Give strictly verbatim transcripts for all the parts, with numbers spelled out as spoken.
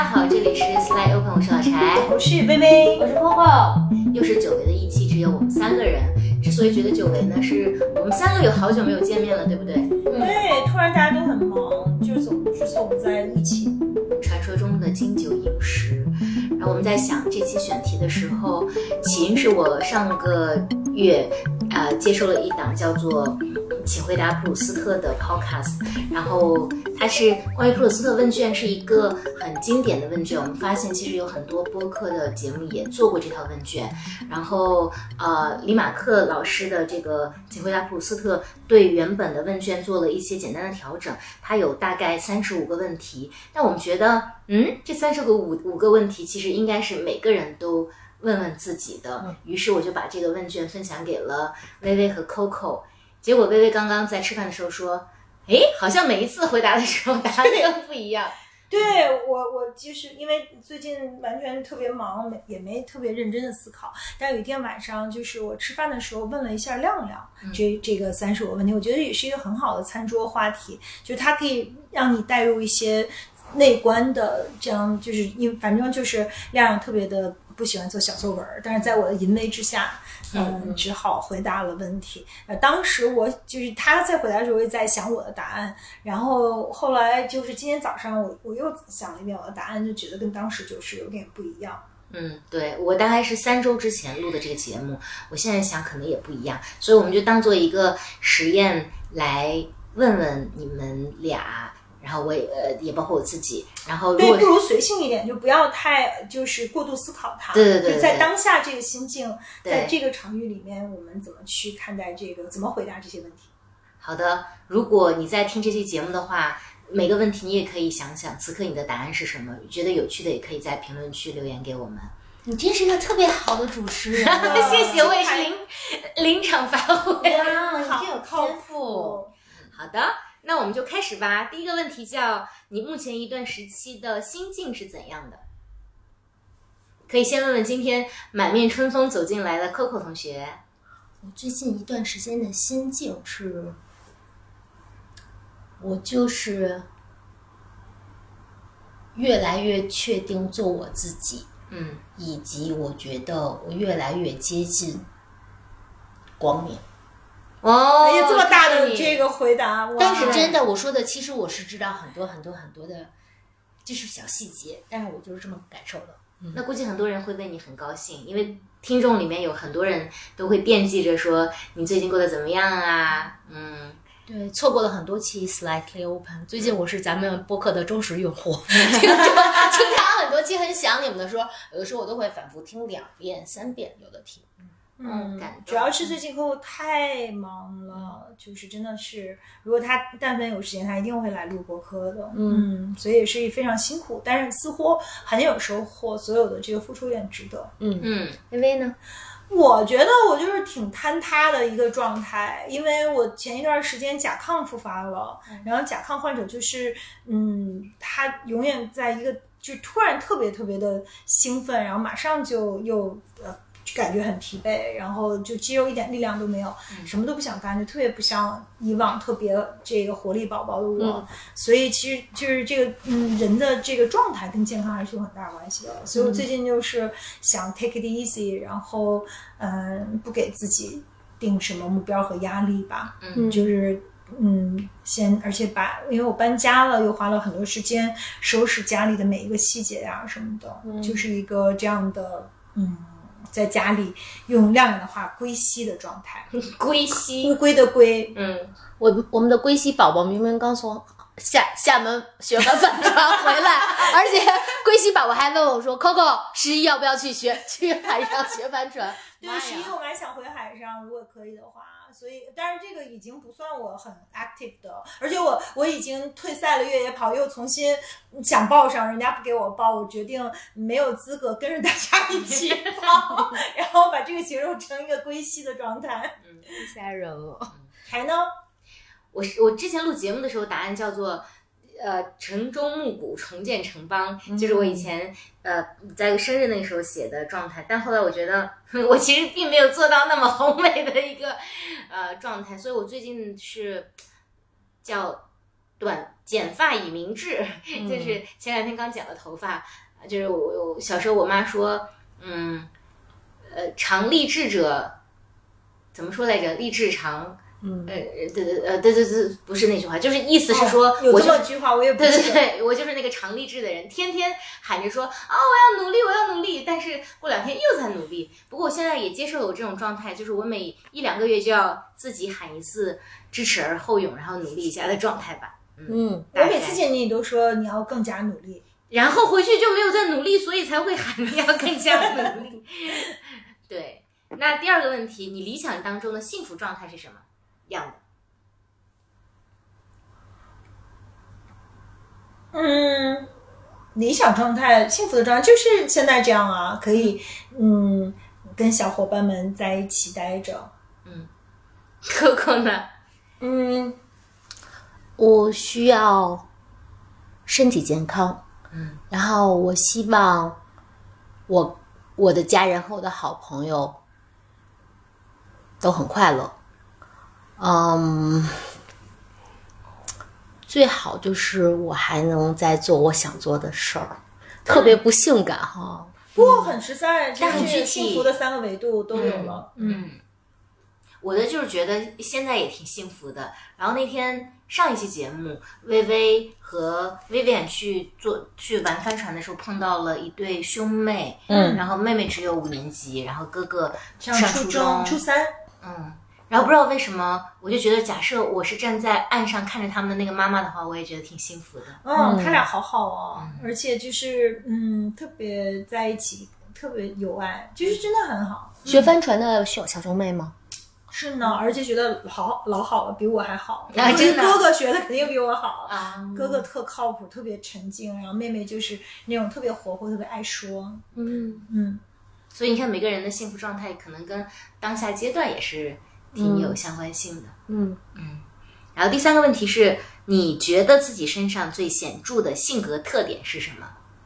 大家好，这里是 Slide Open， 我是老柴， 我是薇薇， 我是 Coco， 又是久违的一期，只有我们三个人。之所以觉得久违呢，是我们三个有好久没有见面了，对不对？ 对，突然大家都很忙，就总是总在一起。 传说中的经久饮食。然后我们在想这期选题的时候，起因是我上个月呃接受了一档叫做请回答普鲁斯特的 podcast， 然后它是关于普鲁斯特问卷，是一个很经典的问卷。我们发现其实有很多播客的节目也做过这套问卷，然后呃李马克老师的这个请回答普鲁斯特对原本的问卷做了一些简单的调整，它有大概三十五个问题，但我们觉得嗯这三十个五五个问题其实应该是每个人都问问自己的，于是我就把这个问卷分享给了薇薇和 Coco。结果薇薇刚刚在吃饭的时候说，诶，好像每一次回答的时候答案都不一样。 对，我我就是因为最近完全特别忙，也没特别认真的思考。但有一天晚上，就是我吃饭的时候问了一下亮亮，嗯、这这个三十个问题，我觉得也是一个很好的餐桌话题，就是它可以让你带入一些内观的，这样就是因反正就是亮亮特别的不喜欢做小作文，但是在我的淫威之下。嗯，只好回答了问题。呃，当时我就是他在回答的时候，我也在想我的答案。然后后来就是今天早上我，我又想了一遍我的答案，就觉得跟当时就是有点不一样。 嗯，对，我大概是三周之前录的这个节目，我现在想可能也不一样，所以我们就当做一个实验来问问你们俩。然后我也呃也包括我自己，然后如果对，不如随性一点，就不要太就是过度思考它。 对对 对, 对， 就在当下这个心境，在这个场域里面，我们怎么去看待这个，怎么回答这些问题？ 好的，如果你在听这期节目的话，每个问题你也可以想想，此刻你的答案是什么？觉得有趣的也可以在评论区留言给我们。 你真是一个特别好的主持人， 谢谢，我也是临临场发挥， 哇，你真有天赋。 好的。那我们就开始吧。第一个问题叫你目前一段时期的心境是怎样的？可以先问问今天满面春风走进来的 Coco 同学。 我最近一段时间的心境是，我就是越来越确定做我自己， 嗯， 以及我觉得我越来越接近光明。 哦， 哎呀，这么大的这个回答， 但是真的，我说的其实我是知道很多很多很多的，就是小细节，但是我就是这么感受的。 嗯、那估计很多人会为你很高兴，因为听众里面有很多人都会惦记着说你最近过得怎么样啊？嗯， 对，错过了很多期 Slightly Open， 最近我是咱们播客的忠实用户，经常经常很多期很想你们的时候，有的时候我都会反复听两遍、三遍，有的听。 嗯，主要是最近客户太忙了，就是真的是，如果他但凡有时间，他一定会来录播客的。嗯，所以也是非常辛苦，但是似乎很有收获，所有的这个付出也很值得。 嗯嗯，薇薇呢？ 我觉得我就是挺坍塌的一个状态，因为我前一段时间甲亢复发了，然后甲亢患者就是，嗯，他永远在一个就突然特别特别的兴奋，然后马上就又呃。感觉很疲惫，然后就肌肉一点力量都没有，嗯、什么都不想干，就特别不像以往特别这个活力宝宝的我。嗯、所以其实就是这个嗯人的这个状态跟健康还是有很大关系的。所以我最近就是想 take it easy， 然后嗯不给自己定什么目标和压力吧， 嗯， 就是嗯先而且把因为我搬家了，又花了很多时间收拾家里的每一个细节呀、啊、什么的，嗯、就是一个这样的嗯。在家里用亮亮的话归西的状态， 归西乌龟的龟。 嗯， 我我们的归西宝宝明明刚从厦厦门学完帆船回来，而且归西宝宝还问我说 Coco 十一要不要去学去海上学帆船。 对，十一我蛮想回海上，如果可以的话。所以，但是这个已经不算我很 active 的，而且我我已经退赛了越野跑，又重新想报上，人家不给我报，我决定没有资格跟着大家一起跑，然后把这个形容成一个归西的状态。 嗯， 太吓人了。 还呢？ 我我之前录节目的时候，答案叫做。呃，城中暮鼓重建城邦，就是我以前呃在生日那个时候写的状态，但后来我觉得我其实并没有做到那么宏伟的一个呃状态，所以我最近是叫短剪发以明志， 嗯、 就是前两天刚剪了头发，就是我我小时候我妈说，嗯，呃，常立志者怎么说来着？立志常。 嗯， 呃，对对呃，对对对，不是那句话，就是意思是说， 哦、有这我就么句话，我也不对对对，我就是那个常立志的人，天天喊着说啊，我要努力，我要努力，但是过两天又在努力。不过我现在也接受了我这种状态，就是我每一两个月就要自己喊一次知耻而后勇，然后努力一下的状态吧。嗯， 嗯我每次见你，你都说你要更加努力， 然后回去就没有再努力，所以才会喊你要更加努力。对，那第二个问题，你理想当中的幸福状态是什么样的？ 嗯，理想状态、幸福的状态就是现在这样啊，可以嗯跟小伙伴们在一起待着。 嗯，Coco 呢？ 嗯，我需要身体健康， 嗯， 然后我希望我我的家人和我的好朋友都很快乐。嗯，最好就是我还能在做我想做的事儿，特别不性感哈。 不过很实在， 但很具体， 幸福的三个维度都有了。 嗯，嗯我的就是觉得现在也挺幸福的。然后那天上一期节目，薇薇和 Vivian 去做去玩帆船的时候，碰到了一对兄妹。 嗯， 然后妹妹只有五年级，然后哥哥上初中、初三。 嗯。然后不知道为什么，我就觉得，假设我是站在岸上看着他们的那个妈妈的话，我也觉得挺幸福的。 嗯，他俩好好啊，嗯、而且就是嗯，特别在一起，特别有爱，就是真的很好。 学帆船的小小兄妹吗？ 是呢，而且觉得好老好了，比我还好。 啊，真的， 哥哥学的肯定比我好啊。 哥哥特靠谱，特别沉静，然后妹妹就是那种特别活泼，特别爱说。 嗯嗯， 所以你看，每个人的幸福状态可能跟当下阶段也是挺有相关性的。 嗯嗯。然后第三个问题是，你觉得自己身上最显著的性格特点是什么？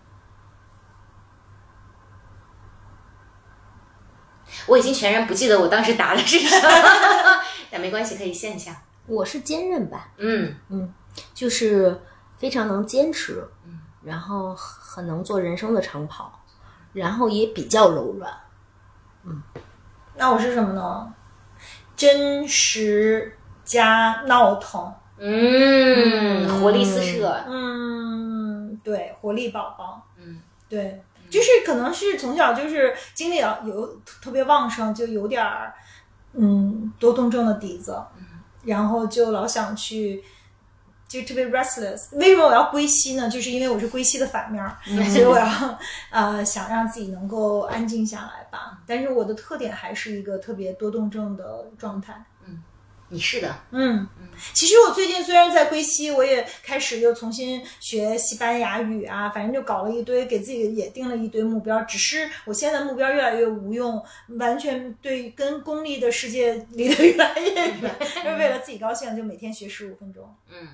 我已经全然不记得我当时答的是什么，但没关系，可以现象。 我是坚韧吧， 嗯嗯，就是非常能坚持，嗯，然后很能做人生的长跑，然后也比较柔软，嗯。 那我是什么呢？真实加闹腾， 嗯，活力四射， 嗯，对，活力宝宝， 嗯， 对。就是可能是从小就是精力有特别旺盛，就有点儿嗯多动症的底子， 嗯， 然后就老想去，就特别 restless。为什么我要归西呢？就是因为我是归西的反面，嗯、所以我要呃想让自己能够安静下来吧。但是我的特点还是一个特别多动症的状态。 嗯，你是的， 嗯嗯。其实我最近虽然在归西，我也开始又重新学西班牙语啊，反正就搞了一堆，给自己也定了一堆目标。只是我现在目标越来越无用，完全对跟功利的世界离得越来越远。就是为了自己高兴，就每天学十五分钟。 嗯，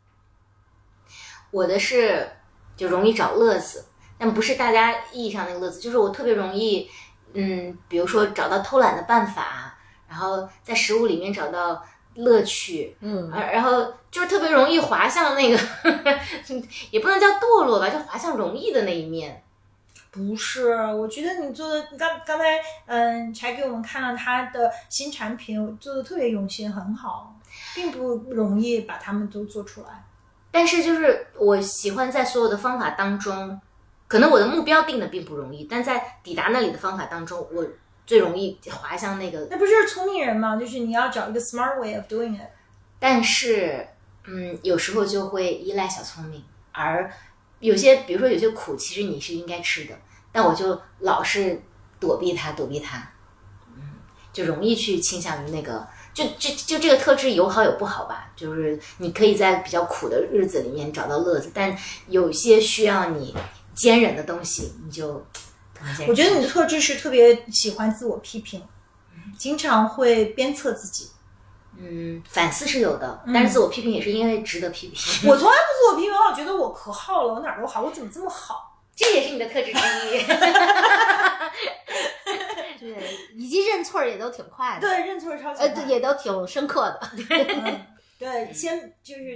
我的是就容易找乐子，但不是大家意义上那个乐子，就是我特别容易，嗯，比如说找到偷懒的办法，然后在食物里面找到乐趣， 嗯， 然后就是特别容易滑向那个呵呵也不能叫堕落吧，就滑向容易的那一面。 不是，我觉得你做的刚刚才嗯才给我们看了他的新产品，做的特别用心，很好，并不容易把它们都做出来。 但是就是我喜欢在所有的方法当中，可能我的目标定的并不容易，但在抵达那里的方法当中，我最容易滑向那个。 那不就是聪明人吗？就是你要找一个 smart way of doing it。 但是，嗯，有时候就会依赖小聪明，而有些，比如说有些苦，其实你是应该吃的，但我就老是躲避它，躲避它，嗯，就容易去倾向于那个。就就就这个特质有好有不好吧，就是你可以在比较苦的日子里面找到乐子，但有些需要你坚忍的东西，你就我觉得你的特质是特别喜欢自我批评，经常会鞭策自己。 嗯，反思是有的，但是自我批评也是因为值得批评。 我从来不自我批评，我觉得我可好了，我哪儿都好，我怎么这么好？ 这也是你的特质之一。 对，以及认错也都挺快的。 对，认错超级快， 呃，也都挺深刻的。 嗯、对，先就是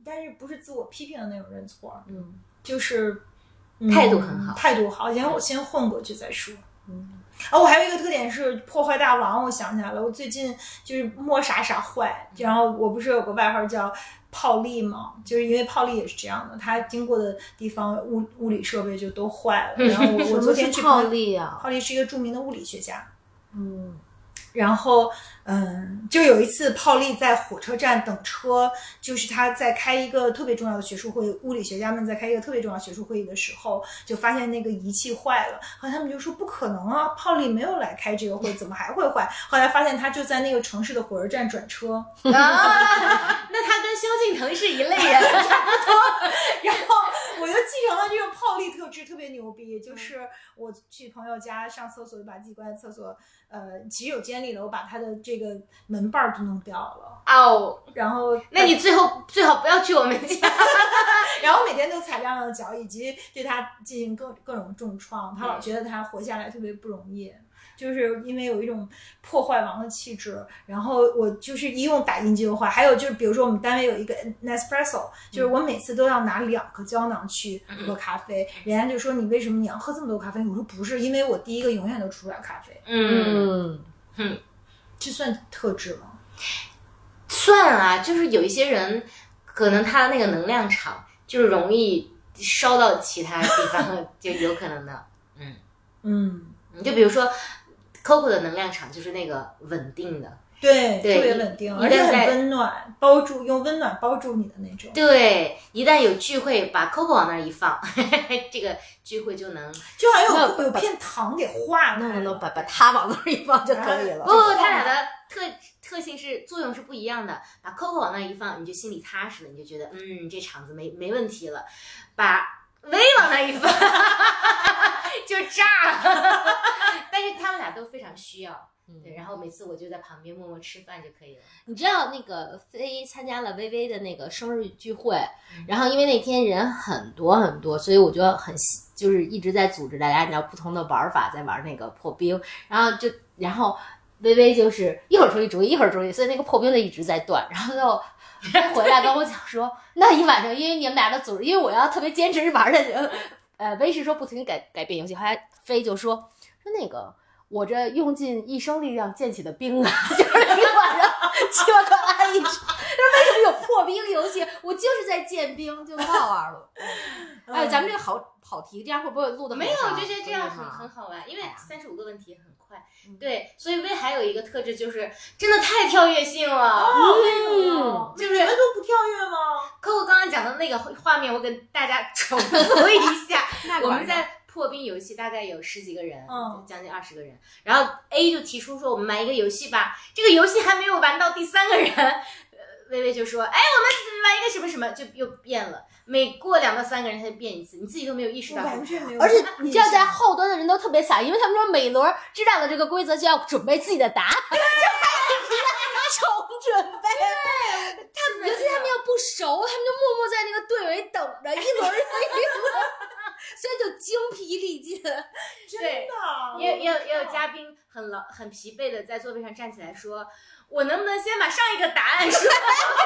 但是不是自我批评的那种认错， 嗯， 就是、嗯、 态度很好， 态度好，先我先混过去再说。 嗯， 啊，我还有一个特点是破坏大王，我想起来了，我最近就是摸啥啥坏，然后我不是有个外号叫泡利吗？就是因为泡利也是这样的，它经过的地方物物理设备就都坏了。然后我我昨天去泡利啊， 泡利是一个著名的物理学家， 嗯。 然后，嗯，就有一次，泡利在火车站等车，就是他在开一个特别重要的学术会议，物理学家们在开一个特别重要的学术会议的时候，就发现那个仪器坏了，后来他们就说不可能啊，泡利没有来开这个会，怎么还会坏？后来发现他就在那个城市的火车站转车， 啊，那他跟萧敬腾是一类人，差不多。 然后我就继承了这个泡利特质，特别牛逼，就是我去朋友家上厕所，就把自己关在厕所。呃，洗手间里了，我把他的这个门把都弄掉了。 哦， 然后， 那你最后最好不要去我们家。 然后每天都踩亮亮的脚，以及对他进行各各种重创。他老觉得他活下来特别不容易，就是因为有一种破坏王的气质。然后我就是一用打印机的话，还有就是比如说我们单位有一个 Nespresso， 就是我每次都要拿两个胶囊去喝咖啡，嗯、人家就说你为什么你要喝这么多咖啡？我说不是，因为我第一个永远都出不了咖啡。 嗯嗯， 这算特质吗？ 算啊，就是有一些人可能他的那个能量场就是容易烧到其他地方，就有可能的。嗯嗯，你就比如说 Coco 的能量场就是那个稳定的。 对， 对， 特别稳定，而且很温暖，包住用温暖包住你的那种。 对，一旦有聚会，把 Coco 往那儿一放，这个聚会就能就好像有有片糖给化开， 能能把把它往那儿一放就可以了。 不不，它俩的特特性是作用是不一样的。把 Coco 往那儿一放，你就心里踏实了，你就觉得嗯，这场子没没问题了。把威往那儿一放，就炸了。但是他们俩都非常需要。对，然后每次我就在旁边默默吃饭就可以了。 你知道那个飞参加了微微的那个生日聚会，然后因为那天人很多很多，所以我就很就是一直在组织大家，你知道不同的玩法，在玩那个破冰，然后就然后微微就是一会儿出去主意，一会儿主意，所以那个破冰的一直在断，然后就回来跟我讲说，那一晚上因为你们俩的组织，因为我要特别坚持玩的，呃，微是说不停改改变游戏，后来飞就说说那个。我这用尽一生力量建起的冰啊，就是一晚上七八克拉一直，为什么有破冰游戏？我就是在建冰，就好玩了。哎，咱们这个好跑题，这样会不会录的没有？我就觉得这样很很好玩，因为三十五个问题很快。对，所以微还有一个特质就是真的太跳跃性了。 哦，嗯， 就是你们都不跳跃吗？ 可我刚刚讲的那个画面，我跟大家重复一下。我们在破冰游戏大概有十几个人，嗯，将近二十个人。然后 A 就提出说，我们玩一个游戏吧。这个游戏还没有玩到第三个人，呃，微微就说，哎，我们玩一个什么什么，就又变了。每过两到三个人，他就变一次，你自己都没有意识到。 完全没有。 而且你知道，在后端的人都特别惨，因为他们说每轮知道了这个规则就要准备自己的答案，就还一直在重准备。对，他们尤其他们又不熟，他们就默默在那个队尾等着，一轮又一轮。所以就精疲力尽， 真的。 也也有也有嘉宾很劳很疲惫的在座位上站起来说：“我能不能先把上一个答案说？”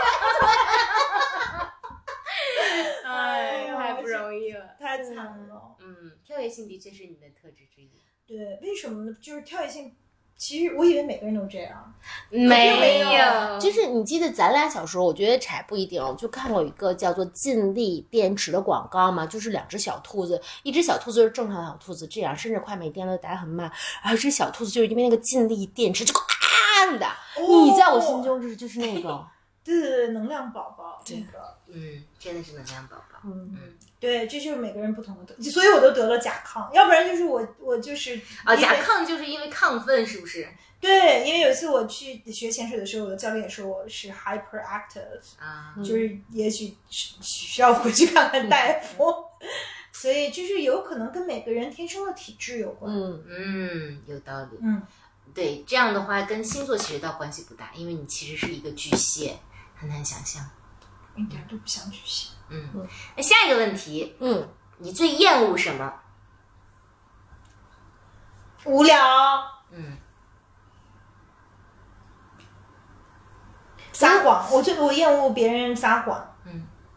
哎，太不容易了， 太惨了。 嗯，跳跃性的确是你的特质之一。 对，为什么呢？就是跳跃性。其实我以为每个人都这样， 没有。 就是你记得咱俩小时候，我觉得柴不一定，我就看过一个叫做劲力电池的广告嘛，就是两只小兔子，一只小兔子就是正常的小兔子这样，甚至快没电了，打很慢，然后一只小兔子就是因为那个劲力电池就啊的，哦、你在我心中就是就是那个， 对对对，能量宝宝， 这个，嗯，真的是能量宝宝， 嗯嗯。对，这就是每个人不同的得，所以我都得了甲亢，要不然就是我我就是啊，甲亢就是因为亢奋，是不是？ 对，因为有一次我去学潜水的时候，我的教练也说我是 hyperactive 啊， 就是也许需要回去看看大夫，嗯、所以就是有可能跟每个人天生的体质有关。 嗯嗯，有道理。 嗯， 对，这样的话跟星座其实倒关系不大，因为你其实是一个巨蟹，很难想象。 一点都不像巨蟹。 嗯，那下一个问题， 嗯， 你最厌恶什么？ 无聊。 嗯， 撒谎，我最我厌恶别人撒谎。 嗯，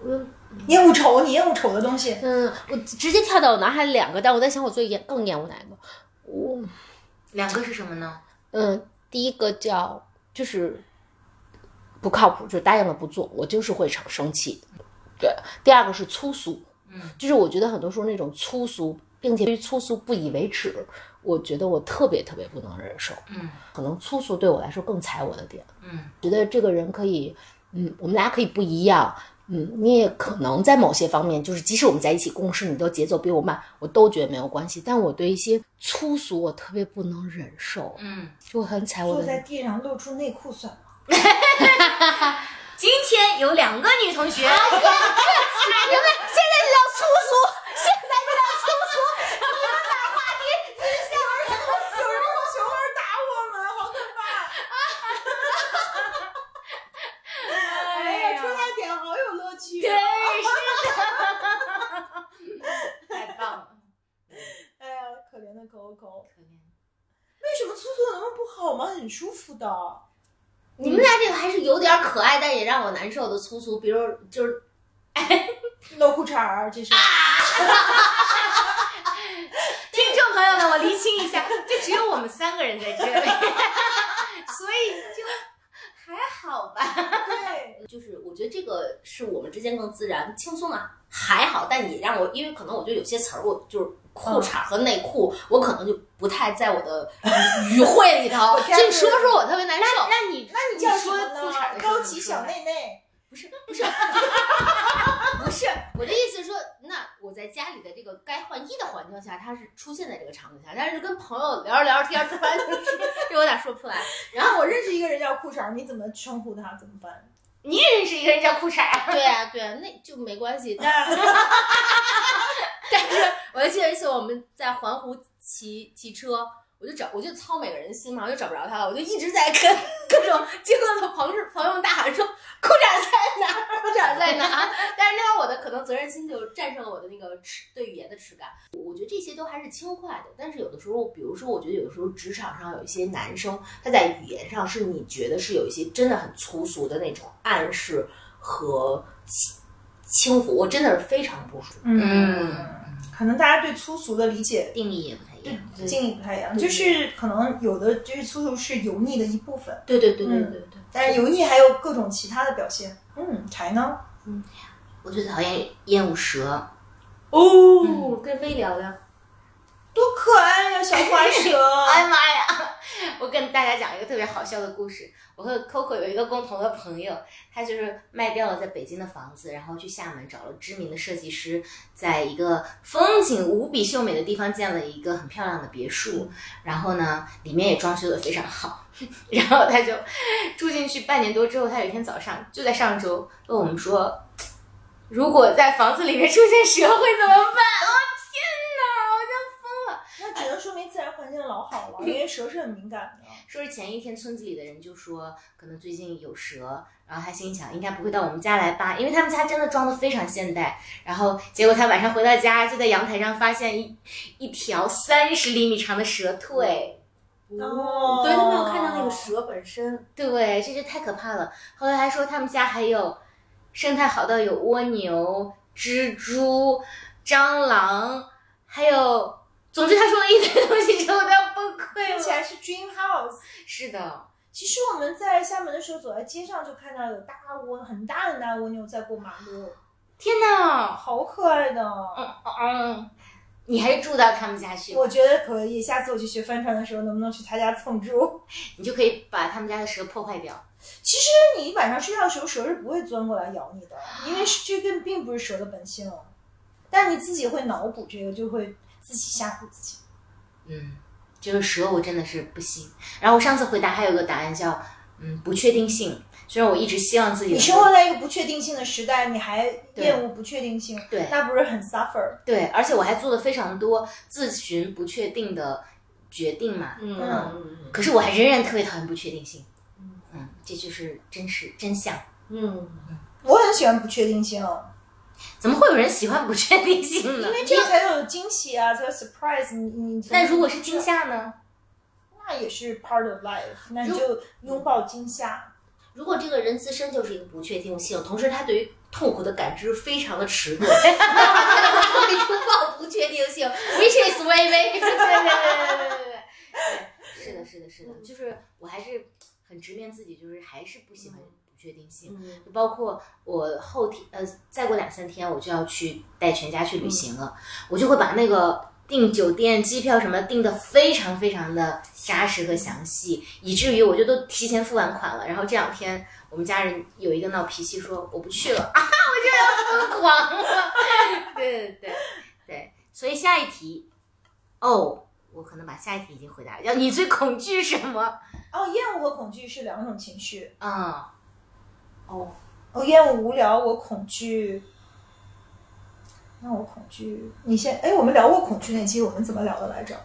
嗯， 厌恶丑，你厌恶丑的东西。 嗯，我直接跳到我脑海里两个，但我在想我最厌更厌恶哪一个？我两个是什么呢？ 嗯，第一个叫就是不靠谱，就答应了不做，我就是会生生气。对，第二个是粗俗， 嗯， 就是我觉得很多时候那种粗俗，并且对于粗俗不以为耻，我觉得我特别特别不能忍受。 嗯， 可能粗俗对我来说更踩我的点。 嗯， 觉得这个人可以，嗯，我们俩可以不一样。嗯，你也可能在某些方面，就是即使我们在一起共事，你都节奏比我慢，我都觉得没有关系。但我对一些粗俗，我特别不能忍受， 嗯， 就很踩我的。 坐在地上露出内裤算吗？ 今天有两个女同学， 你们现在就叫粗俗，现在就叫粗俗，你们把话题指向而粗俗。 有人用熊儿打我们，好可怕！哎呀，出来点好有乐趣。 对，是的，太棒了。 哎呀，可怜的狗狗。 可怜。 为什么粗俗有那么不好吗？很舒服的。 你们俩这个还是有点可爱，但也让我难受的粗俗，比如就是， 露裤衩儿，这是。 听众朋友们，我厘清一下，就只有我们三个人在这里，所以就还好吧。 对， 就是我觉得这个是我们之间更自然轻松啊，还好。但你让我，因为可能我就有些词儿，我就是裤衩和内裤，嗯、我可能就不太在我的语汇里头，这说说我特别难受。 那那你那你叫什说么呢？ 裤衩的高级小内内。 不是不是不是，我的意思是说，那我在家里的这个该换衣的环境下，它是出现在这个场景下，但是跟朋友聊着聊着天，突然就是这有点说不出来。 然后我认识一个人叫裤衩，你怎么称呼他？怎么办？ 你也认识一个人叫裤衩？ 对啊对啊，那就没关系。但是但是我还记得一次我们在环湖骑骑车。我就找，我就操每个人心嘛，我就找不着他了，我就一直在跟各种经过的朋友朋友们大喊说裤衩在哪儿，裤衩在哪儿。但是那会儿我的可能责任心就战胜了我的那个耻对语言的耻感。我觉得这些都还是轻快的，但是有的时候，比如说，我觉得有的时候职场上有一些男生，他在语言上是你觉得是有一些真的很粗俗的那种暗示和轻浮，我真的是非常不舒服。 嗯，可能大家对粗俗的理解定义也不太一样。 定义不太一样，就是可能有的就是粗俗是油腻的一部分， 对对对对对对， 嗯、但是油腻还有各种其他的表现。嗯，柴呢？ 嗯，我最讨厌厌恶蛇。 哦，嗯、跟薇聊聊， 多可爱呀，小花蛇！ 哎呀妈呀！我跟大家讲一个特别好笑的故事。我和 Coco 有一个共同的朋友，他就是卖掉了在北京的房子，然后去厦门找了知名的设计师，在一个风景无比秀美的地方建了一个很漂亮的别墅，然后呢，里面也装修得非常好。然后他就住进去半年多之后，他有一天早上就在上周问我们说，如果在房子里面出现蛇会怎么办？哦天哪，我就疯了。 那只能说明自然环境老好了，因为蛇是很敏感的。 说是前一天村子里的人就说可能最近有蛇，然后他心想应该不会到我们家来吧，因为他们家真的装得非常现代。然后结果他晚上回到家，就在阳台上发现一一条三十厘米长的蛇腿。 哦， 对，他没有看到那个蛇本身。 对，这就太可怕了。后来还说他们家还有生态好到有蜗牛、蜘蛛、蟑螂，还有，总之他说了一堆东西之后，我都要崩溃了。 听起来是 dream house。 是的， 其实我们在厦门的时候，走在街上就看到有大蜗，很大很大的蜗牛在过马路。 天哪， 好可爱的。 嗯嗯，你还是住到他们家去？ 我觉得可以，下次我去学帆船的时候，能不能去他家蹭住？ 你就可以把他们家的蛇破坏掉。 其实你晚上睡觉的时候，蛇是不会钻过来咬你的，因为这个并不是蛇的本性。但你自己会脑补这个，就会自己吓唬自己。 嗯，就是蛇我真的是不行。然后我上次回答还有个答案叫嗯不确定性，虽然我一直希望自己你生活在一个不确定性的时代，你还厌恶不确定性， 对， 那不是很 suffer？ 对，而且我还做了非常多自寻不确定的决定嘛。 嗯嗯，可是我还仍然特别讨厌不确定性。嗯，这就是真实真相。 嗯， 我很喜欢不确定性。 怎么会有人喜欢不确定性呢？ 因为这样才有惊喜啊，才有 surprise 你。你那如果是惊吓呢？ 那也是 part of life， 那你就拥抱惊吓。 如果这个人自身就是一个不确定性，同时他对于痛苦的感知非常的迟钝，他会拥抱不确定性 ，which is 微微。对对对对对对对，是的，是的，是的，就是我还是很直面自己，就是还是不喜欢不确定性，嗯、包括我后天呃，再过两三天我就要去带全家去旅行了，嗯、我就会把那个订酒店、机票什么订得非常非常的扎实和详细，以至于我就都提前付完款了。然后这两天我们家人有一个闹脾气说我不去了啊，我就要疯狂了。对对对对，所以下一题，哦，我可能把下一题已经回答了。要你最恐惧什么？ 哦，厌恶和恐惧是两种情绪。 嗯，哦， 我厌恶无聊，我恐惧。那我恐惧，你先哎，我们聊过恐惧那期，我们怎么聊的来着？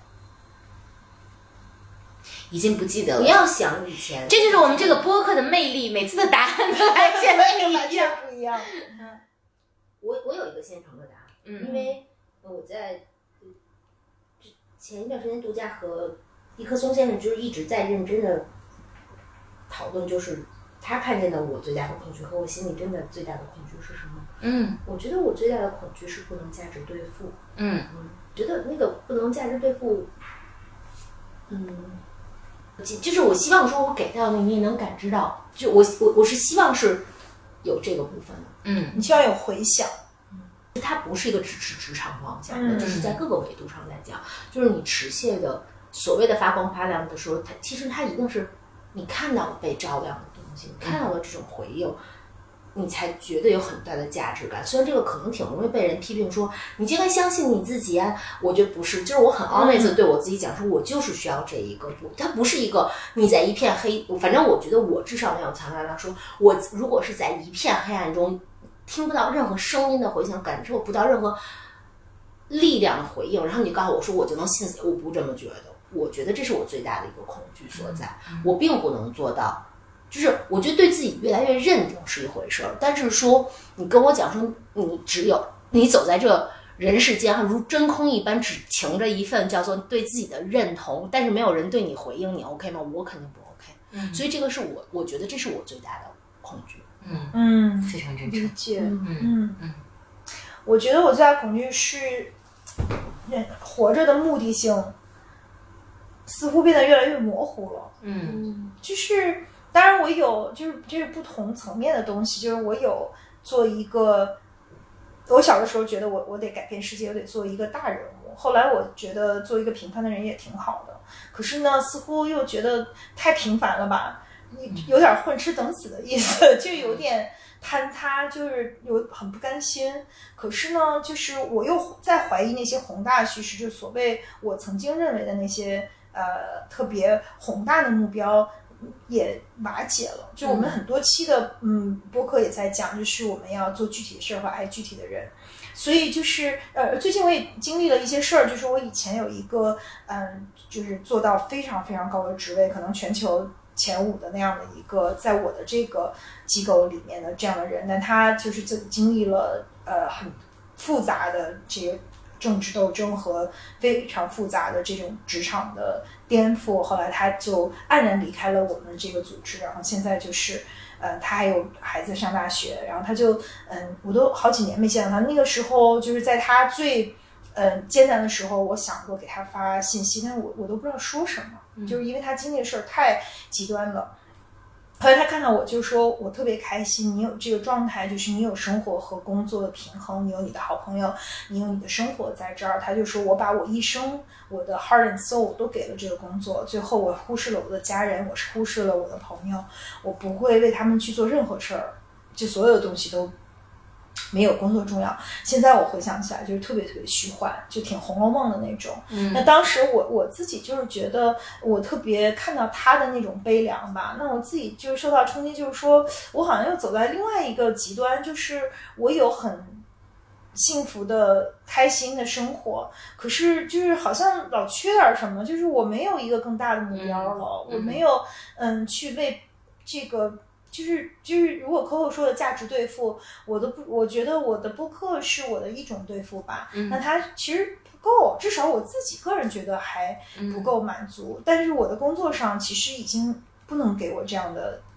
已经不记得了。 不要想以前， 这就是我们这个播客的魅力，每次的答案都还是完全不一样。 嗯，我我有一个现成的答案， 嗯， 因为我在前一段时间度假和一棵松先生就是一直在认真的讨论，就是他看见的我最大的恐惧和我心里真的最大的恐惧是什么？ 嗯， 我觉得我最大的恐惧是不能价值对付。 嗯嗯，觉得那个不能价值对付，嗯，就是我希望说我给到你，你能感知到，就我我我是希望是有这个部分的。 嗯， 你希望有回响。 它不是一个只是职场方向的， 嗯、 这是在各个维度上来讲，就是你持械的所谓的发光发亮的时候，它其实它一定是你看到了被照亮的东西，你看到了这种回应，你才觉得有很大的价值感。虽然这个可能挺容易被人批评说你就应该相信你自己啊，我觉得不是，就是我很 honest 对我自己讲说，我就是需要这一个步，它不是一个你在一片黑，反正我觉得我至少没有强大到说，我如果是在一片黑暗中。听不到任何声音的回响，感受不到任何力量的回应，然后你告诉我说我就能信死，我不这么觉得。我觉得这是我最大的一个恐惧所在，嗯、我并不能做到。就是我觉得对自己越来越认定是一回事儿，但是说你跟我讲说你只有你走在这人世间如真空一般，只擎着一份叫做对自己的认同，但是没有人对你回应，你 OK 吗？我肯定不 OK。嗯，所以这个是我我觉得这是我最大的恐惧。 嗯嗯， 非常真诚。 理解。 嗯嗯嗯， 我觉得我最大的恐惧是，活着的目的性似乎变得越来越模糊了。 嗯， 就是当然我有，就是这是不同层面的东西。就是我有做一个，我小的时候觉得我我得改变世界，我得做一个大人物。后来我觉得做一个平凡的人也挺好的。可是呢，似乎又觉得太平凡了吧。有点混吃等死的意思，就有点坍塌，就是有很不甘心。可是呢，就是我又在怀疑那些宏大叙事，就所谓我曾经认为的那些呃特别宏大的目标也瓦解了。就我们很多期的嗯播客也在讲，就是我们要做具体的事儿和爱具体的人。所以就是呃，最近我也经历了一些事儿，就是我以前有一个嗯，就是做到非常非常高的职位，可能全球前五的那样的一个，在我的这个机构里面的这样的人，但他就是经历了呃很复杂的这个政治斗争和非常复杂的这种职场的颠覆，后来他就黯然离开了我们这个组织，然后现在就是呃他还有孩子上大学，然后他就嗯我都好几年没见到他，那个时候就是在他最呃艰难的时候，我想过给他发信息，但是我我都不知道说什么。就是因为他经历的事儿太极端了，后来他看到我就说我特别开心，你有这个状态，就是你有生活和工作的平衡，你有你的好朋友，你有你的生活在这儿。他就说我把我一生我的 heart and soul 都给了这个工作，最后我忽视了我的家人，我是忽视了我的朋友，我不会为他们去做任何事儿，就所有的东西都没有工作重要。现在我回想起来就是特别特别虚幻，就挺红楼梦的那种。嗯，那当时我我自己就是觉得我特别看到他的那种悲凉吧，那我自己就是受到冲击，就是说我好像又走在另外一个极端，就是我有很幸福的开心的生活，可是就是好像老缺点什么，就是我没有一个更大的目标了。嗯，我没有嗯去为这个就是就是如果 Coco 说的价值对付，我的不我觉得我的播客是我的一种对付吧。嗯，那它其实不够，至少我自己个人觉得还不够满足。嗯，但是我的工作上其实已经不能给我这样的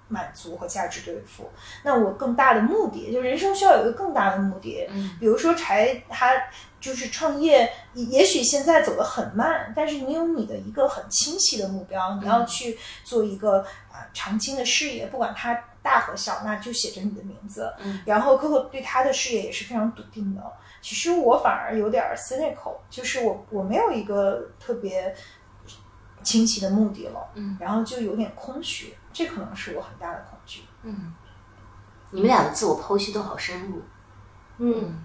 满足和价值对付。那我更大的目的，就人生需要有一个更大的目的。 嗯， 比如说柴他就是创业，也许现在走得很慢，但是你有你的一个很清晰的目标，你要去做一个啊、呃、长青的事业，不管它大和小，那就写着你的名字。 嗯， 然后 Coco 对他的事业也是非常笃定的。其实我反而有点 cynical， 就是我我没有一个特别清晰的目的了， 嗯， 然后就有点空虚，这可能是我很大的恐惧。 嗯，你们俩的自我剖析都好深入。嗯，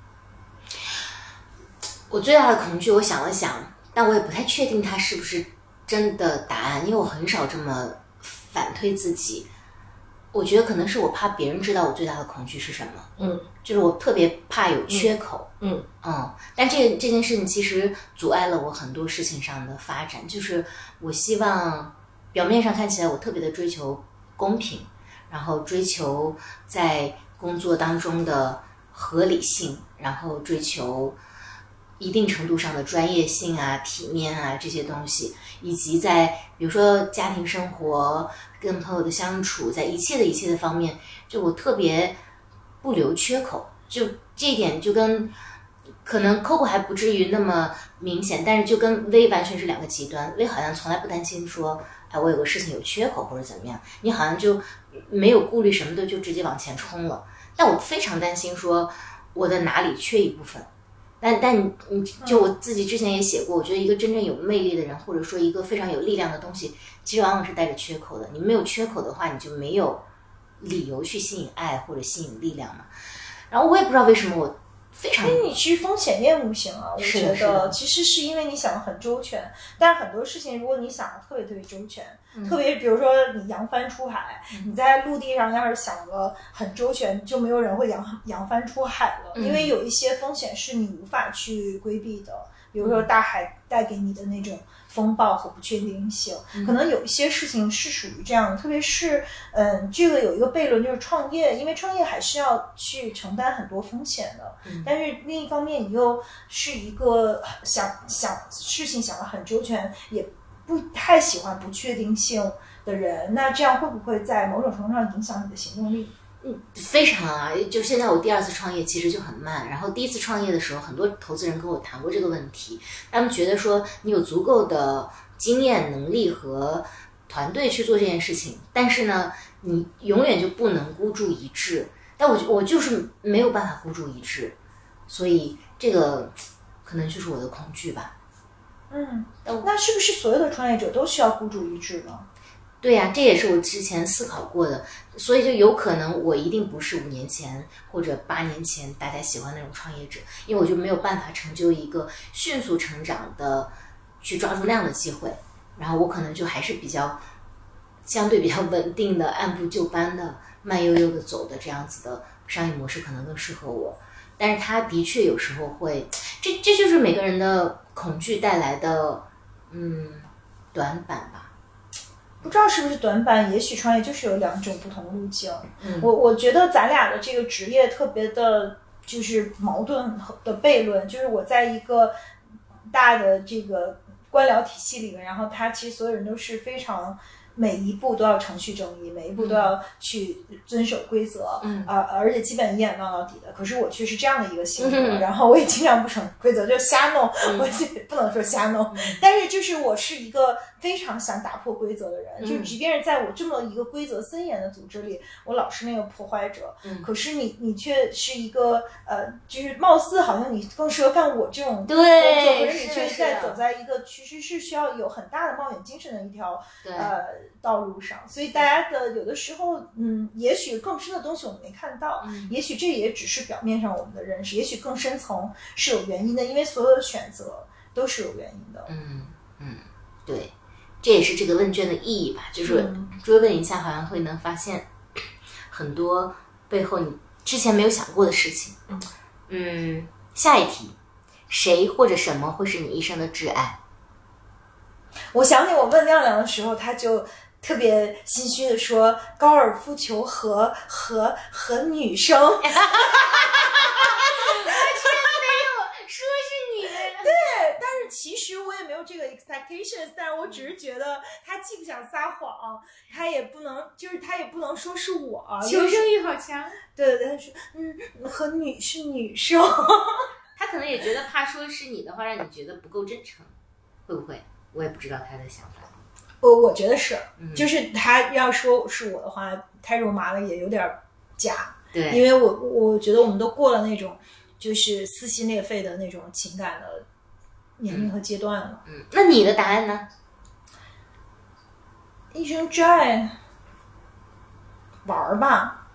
我最大的恐惧，我想了想，但我也不太确定它是不是真的答案，因为我很少这么反推自己。我觉得可能是我怕别人知道我最大的恐惧是什么。 嗯， 就是我特别怕有缺口。 嗯嗯，但这这件事情其实阻碍了我很多事情上的发展。就是我希望表面上看起来我特别的追求公平，然后追求在工作当中的合理性，然后追求一定程度上的专业性啊、体面啊这些东西，以及在比如说家庭生活、跟朋友的相处，在一切的一切的方面，就我特别不留缺口。就这一点就跟可能 Coco 还不至于那么明显，但是就跟 V 完全是两个极端。V 好像从来不担心说，哎，我有个事情有缺口或者怎么样，你好像就没有顾虑什么的，就直接往前冲了。但我非常担心说我的哪里缺一部分。但但你就我自己之前也写过，我觉得一个真正有魅力的人，或者说一个非常有力量的东西，其实往往是带着缺口的。你没有缺口的话，你就没有理由去吸引爱或者吸引力量嘛。然后我也不知道为什么我非常， 因为你是风险厌恶型啊，我觉得其实是因为你想得很周全，但是很多事情如果你想得特别特别周全，嗯、特别比如说你扬帆出海，嗯、你在陆地上要是想得很周全，就没有人会扬扬帆出海了，嗯、因为有一些风险是你无法去规避的，比如说大海带给你的那种风暴和不确定性，嗯、可能有一些事情是属于这样的，特别是嗯，这个有一个悖论就是创业，因为创业还是要去承担很多风险的，嗯、但是另一方面你又是一个想想事情想得很周全，也不太喜欢不确定性的人，那这样会不会在某种程度上影响你的行动力？ 嗯，非常啊！就现在我第二次创业其实就很慢，然后第一次创业的时候，很多投资人跟我谈过这个问题，他们觉得说你有足够的经验、能力和团队去做这件事情，但是呢，你永远就不能孤注一掷。但我我就是没有办法孤注一掷，所以这个可能就是我的恐惧吧。 嗯，那是不是所有的创业者都需要孤注一掷呢？ 对呀、啊，这也是我之前思考过的，所以就有可能我一定不是五年前或者八年前大家喜欢那种创业者，因为我就没有办法成就一个迅速成长的，去抓住那样的机会，然后我可能就还是比较相对比较稳定的、按部就班的、慢悠悠的走的这样子的商业模式可能更适合我，但是它的确有时候会，这这就是每个人的恐惧带来的嗯短板吧。 不知道是不是短板，也许创业就是有两种不同的路径。 嗯、 我我觉得咱俩的这个职业特别的，就是矛盾的悖论，就是我在一个大的这个官僚体系里面，然后他其实所有人都是非常。每一步都要程序正义，每一步都要去遵守规则，嗯啊、呃，而且基本一眼望到底的。可是我却是这样的一个性格，嗯、然后我也经常不守规则，就瞎弄。嗯、我不能说瞎弄，嗯、但是就是我是一个非常想打破规则的人，嗯、就即便是在我这么一个规则森严的组织里，我老是那个破坏者。嗯、可是你你却是一个呃，就是貌似好像你更适合干我这种工作， 对， 可是你却在走在一个其实是需要有很大的冒险精神的一条呃。道路上，所以大家的有的时候，嗯，也许更深的东西我们没看到，嗯、也许这也只是表面上我们的认识，也许更深层是有原因的，因为所有的选择都是有原因的。 嗯嗯，对，这也是这个问卷的意义吧，就是追问一下，好像会能发现很多背后你之前没有想过的事情。嗯嗯，下一题，谁或者什么会是你一生的挚爱？ 我想起我问亮亮的时候，他就特别心虚的说高尔夫球和和和女生。我真没有说是你。 对，但是其实我也没有这个 expectations， 但是我只是觉得他既不想撒谎，他也不能，就是他也不能说是我， 求生欲好强。 对对对，他说嗯，和女是女生， 他可能也觉得怕说是你的话，让你觉得不够真诚，会不会？我也不知道他的想法。 我我觉得是， 嗯、 就是他要说是我的话，太肉麻了也有点假。 对， 因为我我觉得我们都过了那种就是撕心裂肺的那种情感的年龄和阶段了。 嗯，那你的答案呢？ 一生挚爱，玩吧。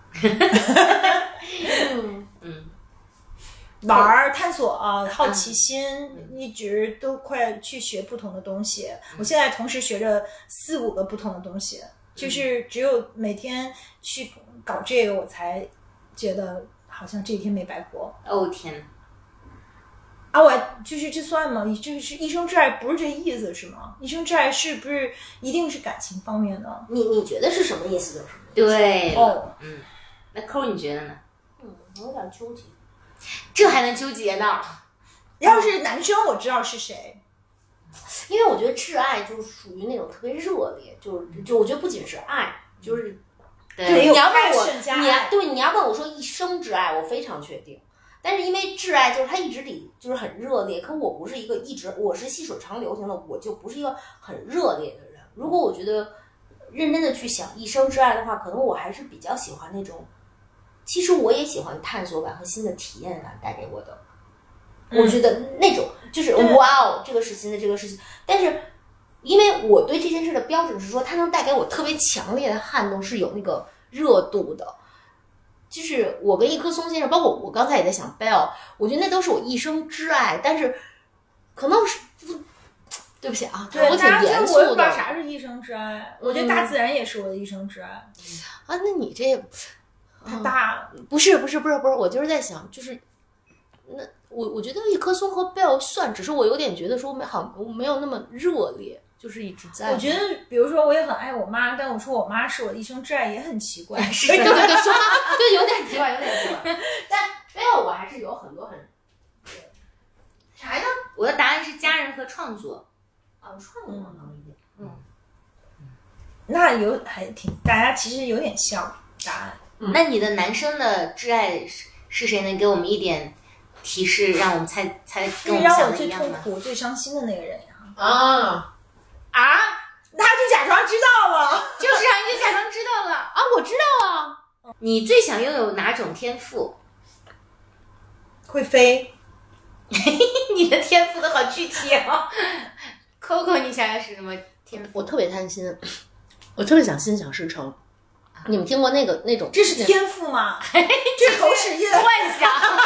嗯嗯， 玩探索啊，好奇心，嗯、一直都快去学不同的东西。嗯、我现在同时学着四五个不同的东西，嗯、就是只有每天去搞这个，我才觉得好像这一天没白活。 哦天哪！ 啊，我就是这算吗？这是一生挚爱，不是这意思是吗？一生挚爱是不是一定是感情方面的？ 你你觉得是什么意思？ 对， 哦， 嗯，那扣你觉得呢？ 嗯，我有点纠结。 这还能纠结呢？ 要是男生，我知道是谁。 因为我觉得挚爱就是属于那种特别热烈，就是就我觉得不仅是爱，就是对， 你要问我， 你要对你要问我说一生挚爱，我非常确定。但是因为挚爱就是它一直得就是很热烈，可我不是一个一直我是细水长流型的，我就不是一个很热烈的人。如果我觉得认真的去想一生挚爱的话，可能我还是比较喜欢那种，其实我也喜欢探索感和新的体验感带给我的。我觉得那种就是哇哦，这个是新的，这个是新，但是因为我对这件事的标准是说，它能带给我特别强烈的撼动，是有那个热度的。就是我跟一棵松先生，包括我刚才也在想 Bell， 我觉得那都是我一生挚爱，但是可能是对不起啊， 对， 我挺严肃的。 我也不知道啥是一生挚爱，我觉得大自然也是我的一生挚爱。 啊，那你这太大了、 嗯？不是不是不是不是，我就是在想，就是那我我觉得一棵松和 Bell 算，只是我有点觉得说没好，我没有那么热烈。就是一直在。 我觉得，比如说，我也很爱我妈，但我说我妈是我一生挚爱，也很奇怪。 是对对对，说就有点奇怪，有点奇怪。但没有，我还是有很多很啥呢？ 我的答案是家人和创作。 啊，创作能理解。嗯嗯，那有还挺，大家其实有点像答案。 嗯、那你的男生的挚爱是是谁？能给我们一点提示，让我们猜猜跟我们想的一样吗？ 让我最痛苦、最伤心的那个人呀！ 啊。 啊， 他就假装知道了， 就是啊，你就假装知道了啊，我知道啊。 你最想拥有哪种天赋？ 会飞。 你的天赋都好具体哦。Coco， 你想要是什么天赋？ 我特别贪心，我特别想心想事成。啊、你们听过那个那种？ 这是天赋吗？这是口齿印幻想。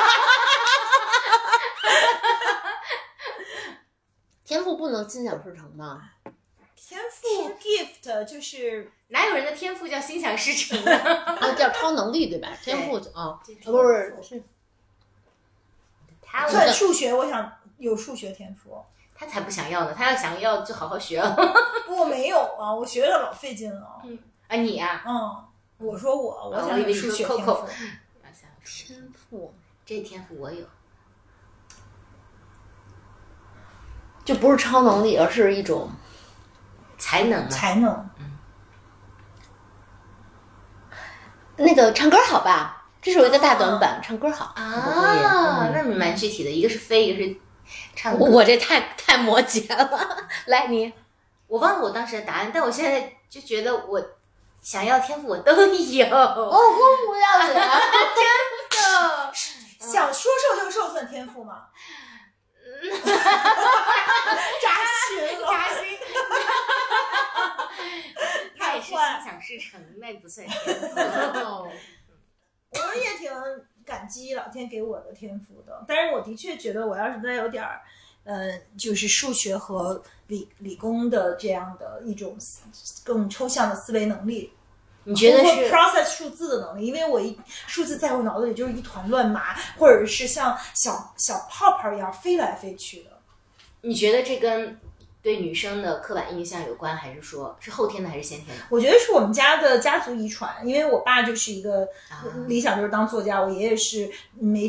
天赋不能心想事成的。 天赋 gift 就是哪有人的天赋叫心想事成的？ 啊，叫超能力对吧？天赋啊，不是是。 他算数学，我想有数学天赋。 他才不想要呢，他要想要就好好学了。 我没有啊，我学的老费劲了。 嗯啊，你啊？ 嗯，我说我，我想有数学天赋。 天赋， 这天赋我有。 就不是超能力，而是一种才能。 才能， 嗯。 那个唱歌好吧？这是我一个大短板，哦、唱歌好啊，那蛮具体的，一个是飞，一个是唱歌。 我这太太摩羯了。来，你， 我忘了我当时的答案，但我现在就觉得我想要天赋我都有。 哦，公不要脸， 真的。 想说瘦就瘦算天赋吗？扎心了， 扎心。他也是心想事成，那不算天赋。 我也挺感激老天给我的天赋的，但是我的确觉得我要是再有点儿，呃，就是数学和理理工的这样的一种更抽象的思维能力。 你觉得是 process 数字的能力？因为我一数字在我脑子里就是一团乱麻，或者是像小小泡泡一样飞来飞去的。 你觉得这跟对女生的刻板印象有关，还是说是后天的还是先天的？ 我觉得是我们家的家族遗传，因为我爸就是一个、啊、理想就是当作家，我爷爷是媒体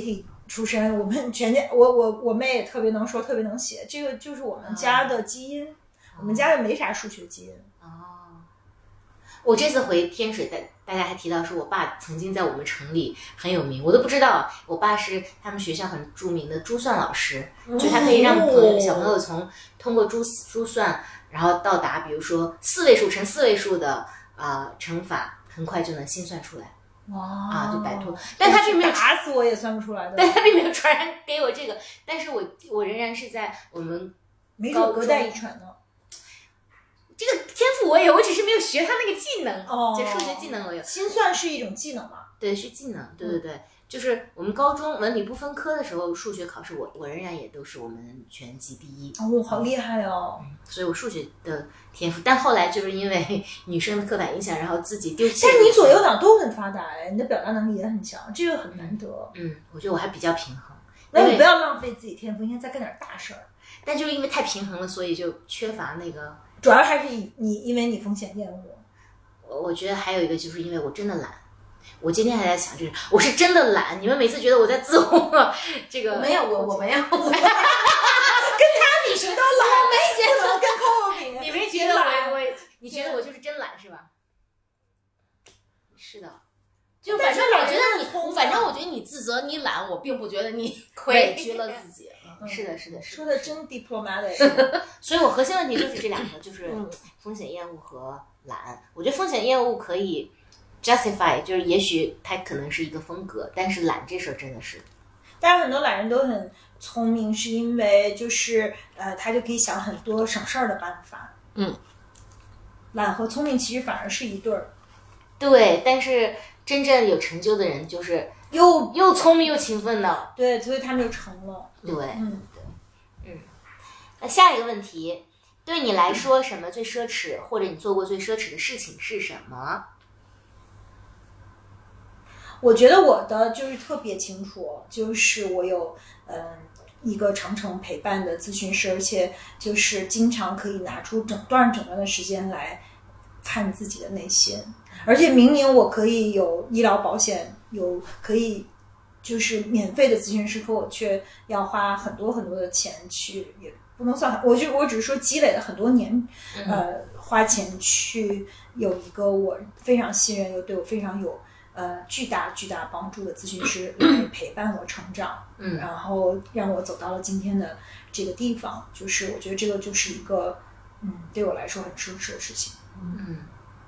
出身，我们全家，我我我妹也特别能说，特别能写，这个就是我们家的基因，我们家也没啥数学基因。 哦，我这次回天水，大大家还提到说我爸曾经在我们城里很有名，我都不知道，我爸是他们学校很著名的珠算老师， 哦、 就他可以让朋友小朋友从通过珠珠算，然后到达比如说四位数乘四位数的啊、呃、乘法，很快就能心算出来。 哇啊，就摆脱，但他并没有打死我也算不出来的， 但他并没有传染给我这个，但是我我仍然是在我们没准隔代遗传呢。 这个天赋我有，我只是没有学他那个技能， 哦， 就数学技能我有。 心算是一种技能嘛？ 对，是技能，对对对，嗯、就是我们高中文理不分科的时候，数学考试我我仍然也都是我们全级第一。 哦，好厉害哦！ 嗯、所以我数学的天赋，但后来就是因为女生的刻板印象，然后自己丢弃。 但是你左右脑都很发达哎，你的表达能力也很强，这个很难得。 嗯，我觉得我还比较平衡。 那你不要浪费自己天赋，应该再干点大事儿。 但就是因为太平衡了，所以就缺乏那个。 主要还是你，因为你风险厌恶。 我我觉得还有一个就是因为我真的懒。我今天还在想这个，我是真的懒。你们每次觉得我在自我这个， 没有我我没有，跟他比谁都懒， 我没觉得跟 Coco 比， 你没觉得我我？你觉得我就是真懒是吧？是的， 就反正我觉得你，反正我觉得你自责你懒，我并不觉得你委屈了自己。 嗯、是的，是的， 说的真 diplomatic。 所以我核心问题就是这两个，就是风险厌恶和懒。我觉得风险厌恶可以 justify， 就是也许它可能是一个风格，但是懒这事儿真的是。 当然很多懒人都很聪明，是因为就是呃，他就可以想很多省事儿的办法。 嗯， 懒和聪明其实反而是一对儿。 对，但是真正有成就的人就是又又聪明又勤奋的。 对，所以他们就成了。 对， 嗯， 对，嗯。那下一个问题，对你来说，什么最奢侈，或者你做过最奢侈的事情是什么？ 我觉得我的就是特别清楚，就是我有嗯、呃、一个长程陪伴的咨询师，而且就是经常可以拿出整段整段的时间来看自己的内心，而且明明我可以有医疗保险，有可以就是免费的咨询师，可我却要花很多很多的钱去，也不能算，我就我只是说积累了很多年，呃，花钱去有一个我非常信任又对我非常有。呃，巨大巨大帮助的咨询师来陪伴我成长， 嗯， 然后让我走到了今天的这个地方，就是我觉得这个就是一个，嗯，对我来说很奢侈的事情。 嗯，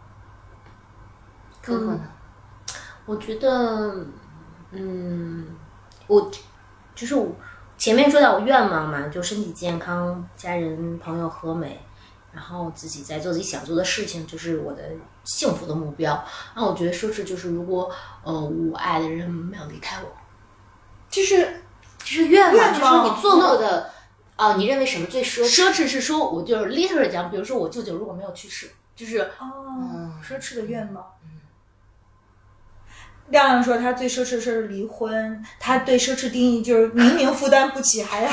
可可呢？ 我觉得，嗯，我就是我前面说到我愿望嘛，就身体健康，家人朋友和美。然后自己在做自己想做的事情，就是我的幸福的目标。那我觉得奢侈就是如果呃我爱的人没有离开我， 就是就是愿望，就是说你做过的哦、 呃，你认为什么最奢侈？ 奢侈是说我就是 literally 讲，比如说我舅舅如果没有去世，就是哦、 嗯， 奢侈的愿望。 嗯， 亮亮说他最奢侈的事是离婚，他对奢侈定义就是明明负担不起还要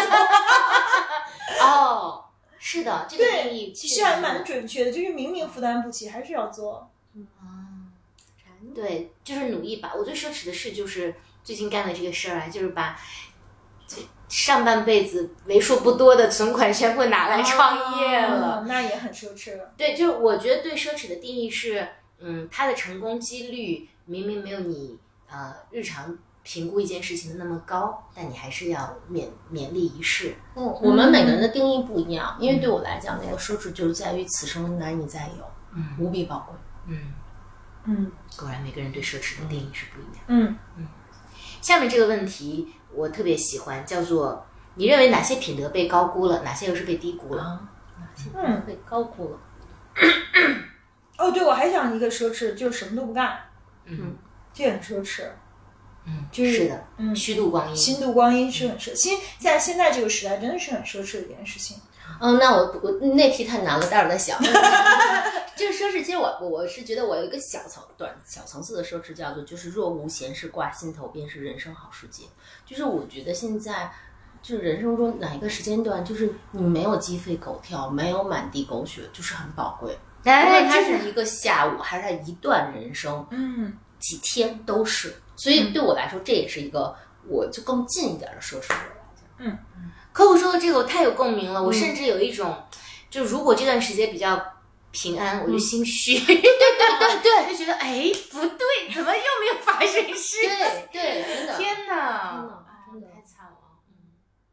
哦。是的，这个定义其实还蛮准确的，就是明明负担不起，还是要做。 嗯，对，就是努力吧。我最奢侈的事就是最近干的这个事儿啊，就是把上半辈子为数不多的存款全部拿来创业了， 哦、那也很奢侈。 对，就是我觉得对奢侈的定义是，嗯，它的成功几率明明没有你呃日常评估一件事情的那么高，但你还是要勉勉力一试。 嗯，我们每个人的定义不一样，因为对我来讲，那个奢侈就是在于此生难以再有， 嗯， 无比宝贵。 嗯嗯， 果然每个人对奢侈的定义是不一样。 嗯嗯，下面这个问题我特别喜欢，叫做你认为哪些品德被高估了，哪些又是被低估了？ 啊、哪些品德被高估了？ 嗯、哦，对，我还想一个奢侈，就是什么都不干。 嗯， 这很奢侈。 嗯， 就是是的， 嗯， 虚度光阴， 虚度光阴是很奢，其实在现在这个时代真的是很奢侈的一件事情。 嗯，那我我那题太难了，待会儿再想。就是奢侈，其实我我是觉得我有一个小层短小层次的奢侈，叫做就是若无闲事挂心头，便是人生好时节。就是我觉得现在就是人生中哪一个时间段，就是你没有鸡飞狗跳，没有满地狗血，就是很宝贵。无论它是一个下午，还是它一段人生， 嗯， 几天都是。所以对我来说，这也是一个我就更近一点的说出来。 嗯， 可我说的这个我太有共鸣了，我甚至有一种，就如果这段时间比较平安，我就心虚，对对对对，就觉得哎不对，怎么又没有发生事？ 对对，真的， 天哪， 真的真的太惨了。嗯，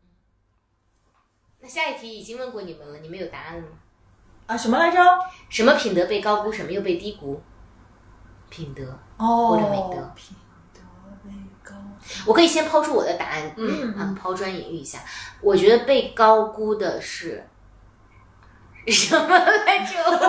那下一题已经问过你们了，你们有答案了吗？ 啊，什么来着？ 什么品德被高估，什么又被低估？品德哦， 或者美德。 品德被高估。 我可以先抛出我的答案， 嗯啊，抛砖引玉一下。我觉得被高估的是什么来着？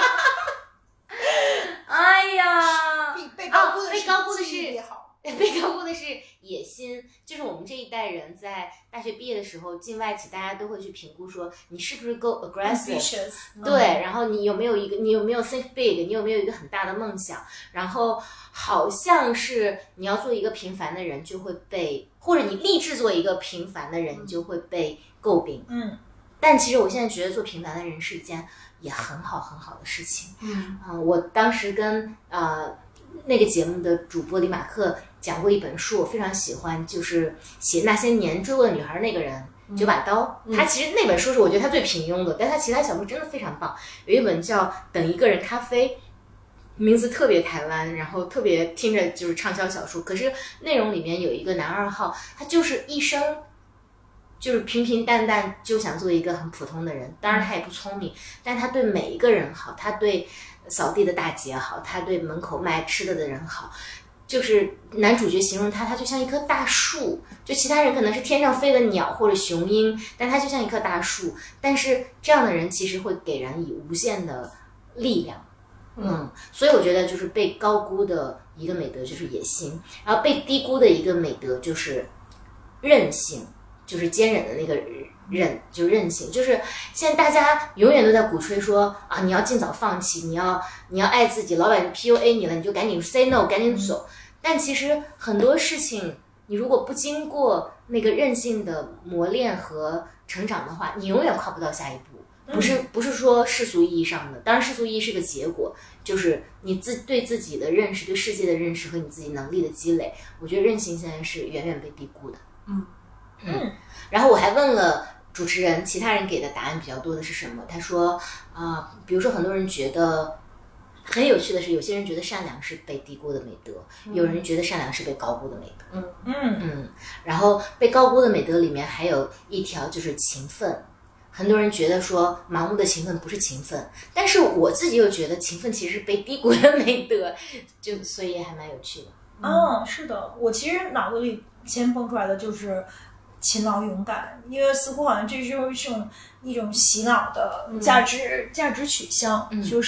哎呀， 被被高估的啊被高估的是记忆力好。 被高估的是野心，就是我们这一代人在大学毕业的时候进外企，大家都会去评估说你是不是够 aggressive， 对，然后你有没有一个，你有没有 think big， 你有没有一个很大的梦想，然后好像是你要做一个平凡的人就会被，或者你立志做一个平凡的人就会被诟病， 嗯， 但其实我现在觉得做平凡的人是一件也很好很好的事情， 嗯啊、我当时跟呃那个节目的主播李马克讲过一本书，我非常喜欢，就是写那些年追过的女孩那个人，九把刀。 嗯、 他其实那本书是我觉得他最平庸的，但他其他小说真的非常棒。有一本叫《等一个人咖啡》，名字特别台湾，然后特别听着就是畅销小说，可是内容里面有一个男二号，他就是一生就是平平淡淡，就想做一个很普通的人。当然他也不聪明，但他对每一个人好，他对扫地的大姐好，他对门口卖吃的的人好。就是男主角形容他，他就像一棵大树，就其他人可能是天上飞的鸟或者雄鹰，但他就像一棵大树。但是这样的人其实会给人以无限的力量，嗯，所以我觉得就是被高估的一个美德就是野心，然后被低估的一个美德就是韧性，就是坚忍的那个韧，就韧性。就是现在大家永远都在鼓吹说啊，你要尽早放弃，你要你要爱自己，老板 P U A 你了，你就赶紧 say no， 赶紧走。但其实很多事情，你如果不经过那个韧性的磨练和成长的话，你永远跨不到下一步。不是不是说世俗意义上的，当然世俗意义是个结果，就是你自对自己的认识、对世界的认识和你自己能力的积累。我觉得韧性现在是远远被低估的。 嗯嗯，然后我还问了主持人，其他人给的答案比较多的是什么？他说啊、呃，比如说很多人觉得。很有趣的是，有些人觉得善良是被低估的美德，嗯、有人觉得善良是被高估的美德。 嗯嗯嗯，然后被高估的美德里面还有一条就是勤奋。很多人觉得说盲目的勤奋不是勤奋，但是我自己又觉得勤奋其实是被低估的美德，就所以还蛮有趣的。 嗯，是的，我其实脑子里先蹦出来的就是勤劳勇敢，因为似乎好像这就是一种一种洗脑的价值、嗯、价值取向， 嗯、 就是。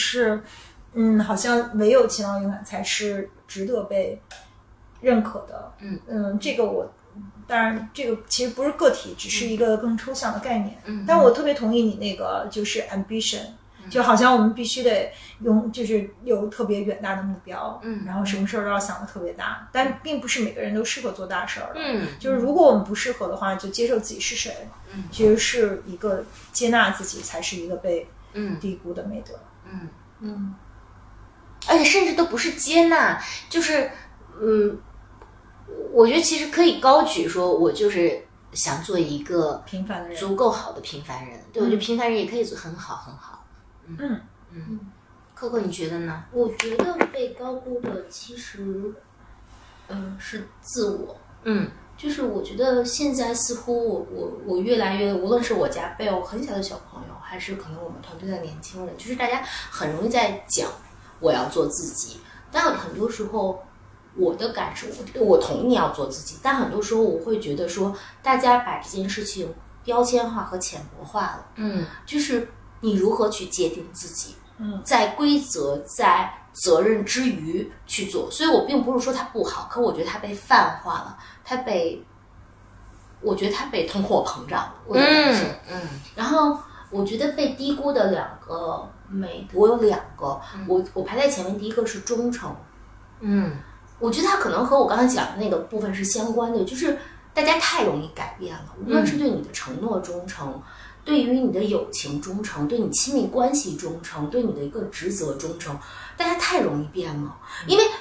嗯，好像唯有勤劳勇敢才是值得被认可的。 嗯嗯，这个我当然这个其实不是个体，只是一个更抽象的概念。 嗯， 但我特别同意你那个就是 ambition，、嗯、就好像我们必须得用就是有特别远大的目标， 嗯， 然后什么事儿都要想得特别大，但并不是每个人都适合做大事儿的。 嗯， 就是如果我们不适合的话，就接受自己是谁。 嗯， 其实是一个接纳自己，才是一个被低估的美德。 嗯嗯。 而且甚至都不是接纳，就是嗯，我觉得其实可以高举说，我就是想做一个平凡的人， 足够好的平凡人。对，我觉得平凡人也可以做很好很好。 嗯嗯嗯，Coco 你觉得呢？ 我觉得被高估的其实，嗯、呃，是自我。 嗯， 就是我觉得现在似乎我我我越来越，无论是我家被我很小的小朋友，还是可能我们团队的年轻人，就是大家很容易在讲。我要做自己，但很多时候我的感受，我同意要做自己，但很多时候我会觉得说，大家把这件事情标签化和浅薄化了。 嗯， 就是你如何去界定自己， 嗯， 在规则在责任之余去做。所以我并不是说它不好，可我觉得它被泛化了，它被，我觉得它被通货膨胀了。我的感受， 嗯， 然后我觉得被低估的两个。美德，我有两个， 嗯、 我我排在前面。第一个是忠诚， 嗯， 我觉得它可能和我刚才讲的那个部分是相关的，就是大家太容易改变了，无论是对你的承诺忠诚，嗯、对于你的友情忠诚，对你亲密关系忠诚，对你的一个职责忠诚，大家太容易变了，因为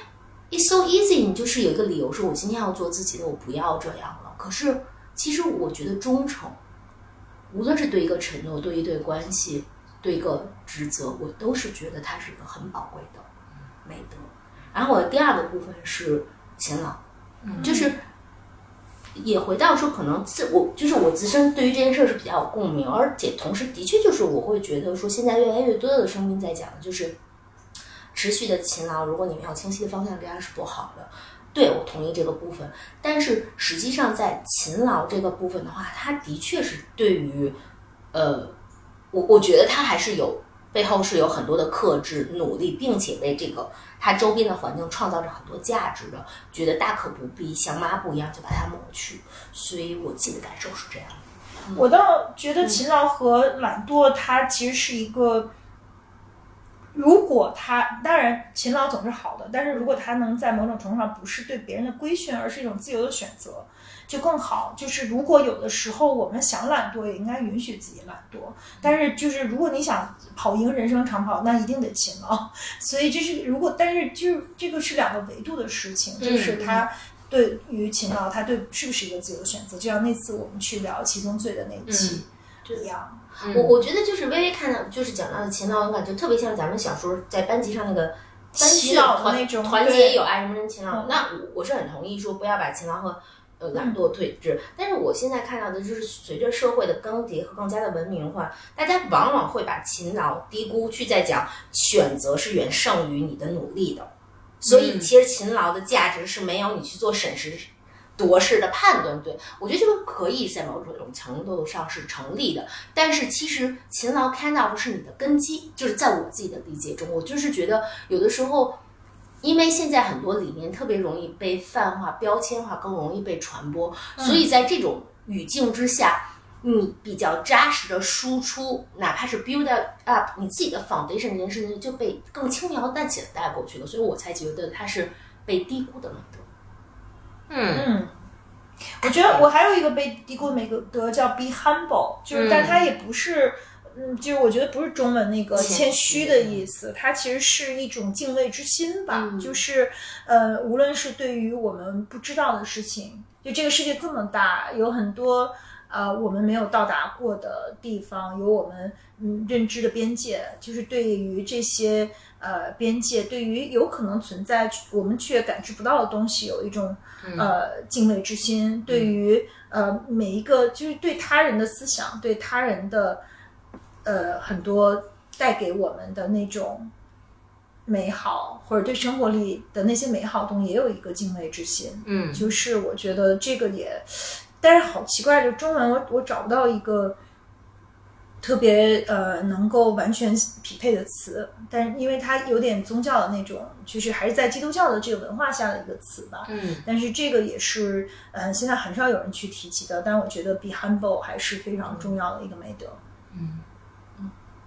it's so easy， 你就是有一个理由说我今天要做自己的，我不要这样了。可是其实我觉得忠诚，无论是对一个承诺，对一对关系，对一个职责，我都是觉得它是一个很宝贵的美德。然后我的第二个部分是勤劳，嗯、就是也回到说，可能自我就是我自身对于这件事是比较有共鸣，而且同时的确就是我会觉得说，现在越来越多的声音在讲的就是持续的勤劳，如果你没有清晰的方向，这样是不好的。对，我同意这个部分，但是实际上在勤劳这个部分的话，它的确是对于，呃，我我觉得它还是有背后是有很多的克制、努力，并且为这个它周边的环境创造着很多价值的，觉得大可不必像抹布一样就把它抹去。所以我自己的感受是这样的。 嗯、我倒觉得勤劳和懒惰，它其实是一个。如果他当然勤劳总是好的，但是如果他能在某种程度上不是对别人的规训，而是一种自由的选择，就更好。就是如果有的时候我们想懒惰，也应该允许自己懒惰。但是就是如果你想跑赢人生长跑，那一定得勤劳。所以这是如果，但是就这个是两个维度的事情，就是他对于勤劳，他对是不是一个自由选择？就像那次我们去聊七宗罪的那一期一样。 嗯我我觉得就是微微看到，就是讲到的勤劳，感就特别像咱们小时候在班级上那个班训团团结友爱什么人勤劳。那我我是很同意说不要把勤劳和呃懒惰对峙，但是我现在看到的就是随着社会的更迭和更加的文明化，大家往往会把勤劳低估，去在讲选择是远胜于你的努力的。所以其实勤劳的价值是没有你去做审时度势的判断，对，我觉得这个可以在某种程度上是成立的，但是其实勤劳 kind of 是你的根基，就是在我自己的理解中，我就是觉得有的时候，因为现在很多理念特别容易被泛化、标签化，更容易被传播，所以在这种语境之下，你比较扎实的输出，哪怕是 build up 你自己的 foundation 这件事情就被更轻描淡写的带过去了，所以我才觉得它是被低估的美德。 嗯嗯，我觉得我还有一个被低估的美德叫 be humble， 就是、嗯、但它也不是，嗯，就是我觉得不是中文那个谦虚的意思，它其实是一种敬畏之心吧，嗯、就是呃，无论是对于我们不知道的事情，就这个世界这么大，有很多呃我们没有到达过的地方，有我们嗯认知的边界，就是对于这些。呃，边界对于有可能存在我们却感知不到的东西，有一种呃敬畏之心。嗯、对于呃每一个就是对他人的思想，对他人的呃很多带给我们的那种美好，或者对生活里的那些美好东西，也有一个敬畏之心。 嗯， 就是我觉得这个也，但是好奇怪，就中文我我找不到一个。特别呃能够完全匹配的词，但是因为它有点宗教的那种，就是还是在基督教的这个文化下的一个词吧。 嗯， 但是这个也是呃现在很少有人去提及的，但我觉得 be humble 还是非常重要的一个美德。 嗯嗯，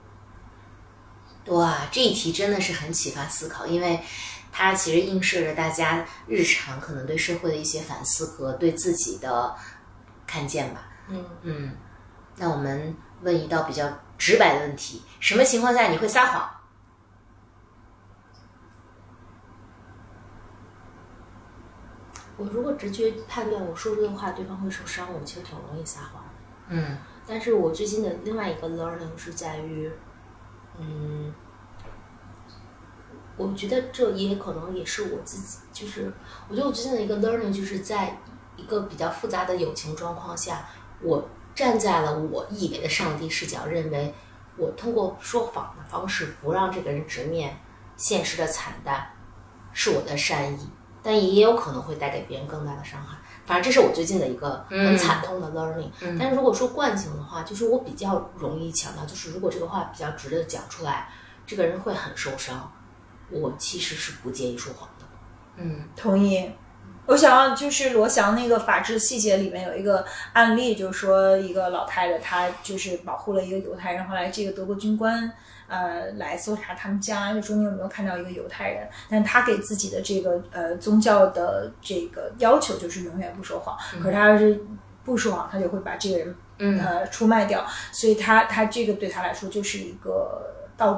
哇，这一题真的是很启发思考，因为它其实映射着大家日常可能对社会的一些反思和对自己的看见吧。 嗯嗯，那我们。问一道比较直白的问题，什么情况下你会撒谎？我如果直觉判断我说这个话对方会受伤，我其实挺容易撒谎的。嗯，但是我最近的另外一个 learning 是在于，嗯，我觉得这也可能也是我自己，就是我觉得我最近的一个 learning 就是在一个比较复杂的友情状况下，我站在了我以为的上帝视角，认为我通过说谎的方式不让这个人直面现实的惨淡是我的善意，但也有可能会带给别人更大的伤害。反正这是我最近的一个很惨痛的 learning、嗯、但是如果说惯性的话，就是我比较容易强调，就是如果这个话比较直的讲出来，这个人会很受伤，我其实是不介意说谎的。 嗯，同意。我想要就是罗翔那个法治细节里面有一个案例，就是说一个老太太她就是保护了一个犹太人，后来这个德国军官呃来搜查他们家，就说你有没有看到一个犹太人，但他给自己的这个呃宗教的这个要求就是永远不说谎、嗯、可是他要是不说谎他就会把这个人呃出卖掉，所以他他这个对他来说就是一个道德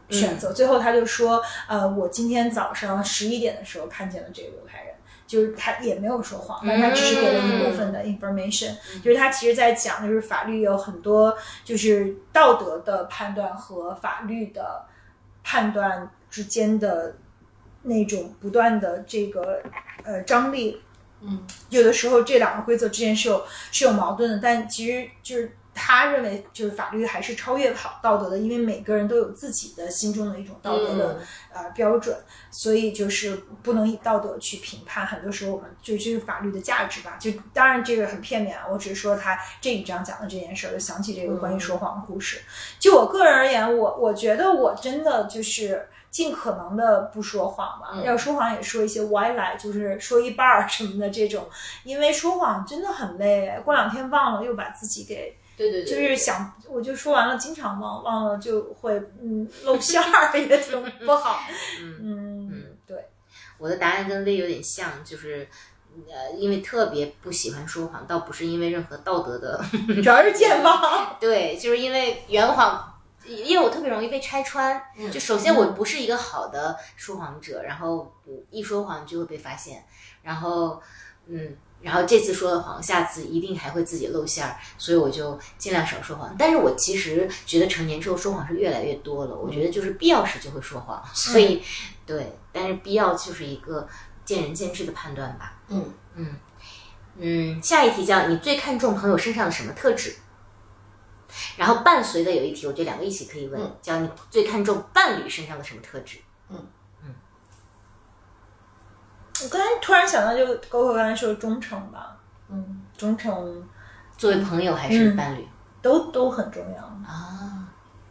选择。嗯、最后他就说，呃，我今天早上十一点的时候看见了这个犹太人。就是他也没有说谎，但他只是给了一部分的 information、嗯、就是他其实在讲就是法律有很多就是道德的判断和法律的判断之间的那种不断的这个呃张力。 嗯， 有的时候这两个规则之间是有是有矛盾的，但其实就是他认为就是法律还是超越好道德的，因为每个人都有自己的心中的一种道德的、嗯、呃标准，所以就是不能以道德去评判。很多时候我们就这是法律的价值吧。就当然这个很片面啊，我只是说他这一章讲的这件事儿，就想起这个关于说谎的故事。就我个人而言，我我觉得我真的就是尽可能的不说谎吧、嗯、要说谎也说一些歪来，就是说一半什么的这种，因为说谎真的很累，过两天忘了又把自己给对对 对, 对， 就是想我就说完了经常忘忘了就会嗯露馅儿也挺不好。嗯嗯，对， 我的答案跟薇有点像，就是呃，因为特别不喜欢说谎，倒不是因为任何道德的， 主要是健忘。 对，就是因为圆谎。因为我特别容易被拆穿，就首先我不是一个好的说谎者，然后一说谎就会被发现，然后嗯，然后这次说了谎，下次一定还会自己露馅儿，所以我就尽量少说谎。但是我其实觉得成年之后说谎是越来越多了，我觉得就是必要时就会说谎，所以对，但是必要就是一个见仁见智的判断吧。 嗯嗯嗯，下一题叫你最看重朋友身上的什么特质？然后伴随的有一题，我觉得两个一起可以问， 嗯、 叫你最看重伴侣身上的什么特质？ 嗯嗯， 我刚才突然想到，就狗狗刚才说的忠诚吧， 嗯， 忠诚， 作为朋友还是伴侣， 嗯、都都很重要啊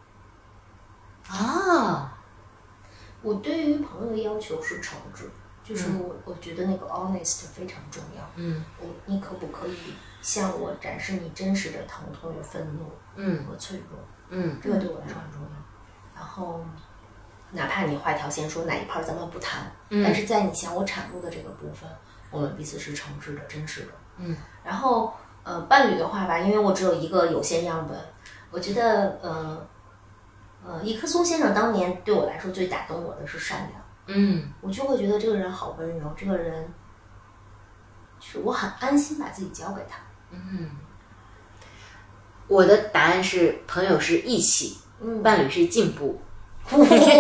啊！ 我对于朋友的要求是诚挚，就是我、嗯、我觉得那个 honest 非常重要。 嗯， 我你可不可以向我展示你真实的疼痛与愤怒， 嗯和脆弱， 嗯， 这个对我来说很重要。然后，哪怕你画条线说哪一盘咱们不谈， 嗯， 但是在你向我袒露的这个部分，我们彼此是诚挚的、真实的。 嗯， 然后呃，伴侣的话吧，因为我只有一个有限样本，我觉得呃呃，伊克松先生当年对我来说最打动我的是善良。 嗯， 我就会觉得这个人好温柔，这个人，就是我很安心把自己交给他。 嗯，我的答案是朋友是义气， 嗯， 伴侣是进步。 我我们想起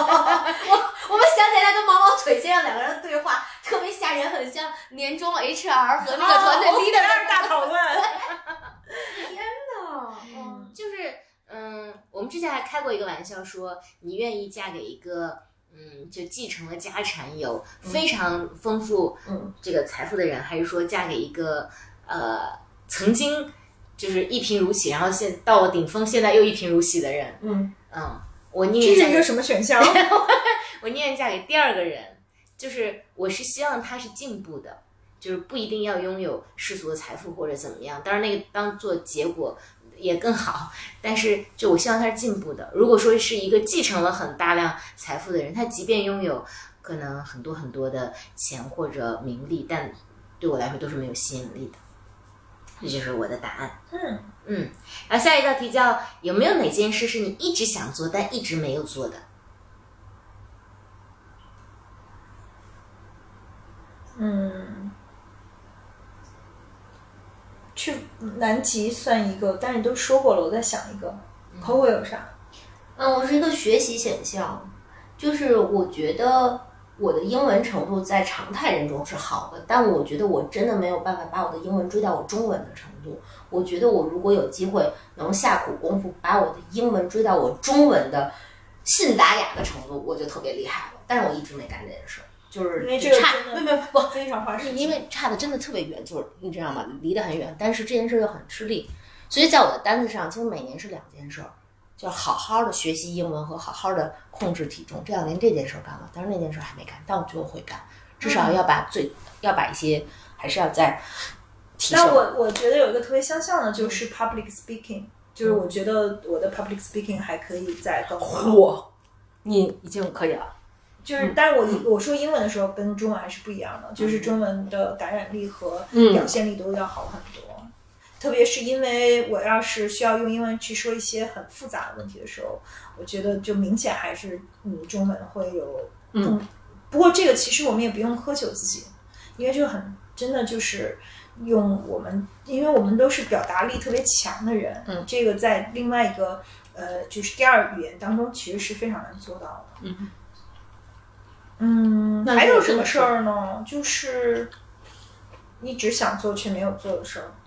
来跟毛毛腿先生两个人的对话特别吓人，很像年终 H R 和那个团队 leader 的大讨论。 天哪！ 嗯，就是嗯，我们之前还开过一个玩笑说，你愿意嫁给一个嗯，就继承了家产有非常丰富嗯这个财富的人，还是说嫁给一个呃曾经就是一贫如洗，然后现到了顶峰，现在又一贫如洗的人？ 嗯嗯，我宁愿嫁给这是一个什么选项？ 我宁愿嫁给第二个人，就是我是希望他是进步的，就是不一定要拥有世俗的财富或者怎么样，当然那个当做结果也更好，但是就我希望他是进步的。如果说是一个继承了很大量财富的人，他即便拥有可能很多很多的钱或者名利，但对我来说都是没有吸引力的。这就是我的答案。 嗯嗯，然后下一道题叫有没有哪件事是你一直想做但一直没有做的？ 嗯，去南极算一个，但是你都说过了，我再想一个。Coco 有啥？ 嗯，我是一个学习选项，就是我觉得我的英文程度在常态人中是好的，但我觉得我真的没有办法把我的英文追到我中文的程度。我觉得我如果有机会能下苦功夫把我的英文追到我中文的信达雅的程度，我就特别厉害了。但是我一直没干这件事，就是因为这个差， 真的不不不， 非常花时间， 因为差的真的特别远，就是你知道吗？离得很远，但是这件事又很吃力，所以在我的单子上，其实每年是两件事儿。就好好的学习英文和好好的控制体重，这两年这件事干了，但是那件事还没干，但我觉得我会干，至少要把最、嗯、要把一些还是要再提升。 但我我觉得有一个特别相像的就是 public speaking，、嗯、就是我觉得我的 public speaking 还可以再更好。 哇，你已经可以了。 就是，但是我、嗯、我说英文的时候跟中文还是不一样的，嗯、就是中文的感染力和表现力都要好很多。 特别是因为我要是需要用英文去说一些很复杂的问题的时候，我觉得就明显还是嗯中文会有更、嗯、不过这个其实我们也不用苛求自己，因为这个很真的就是用我们，因为我们都是表达力特别强的人， 嗯， 这个在另外一个呃就是第二语言当中其实是非常难做到的。 嗯嗯，还有什么事儿呢？就是一直想做却没有做的事儿，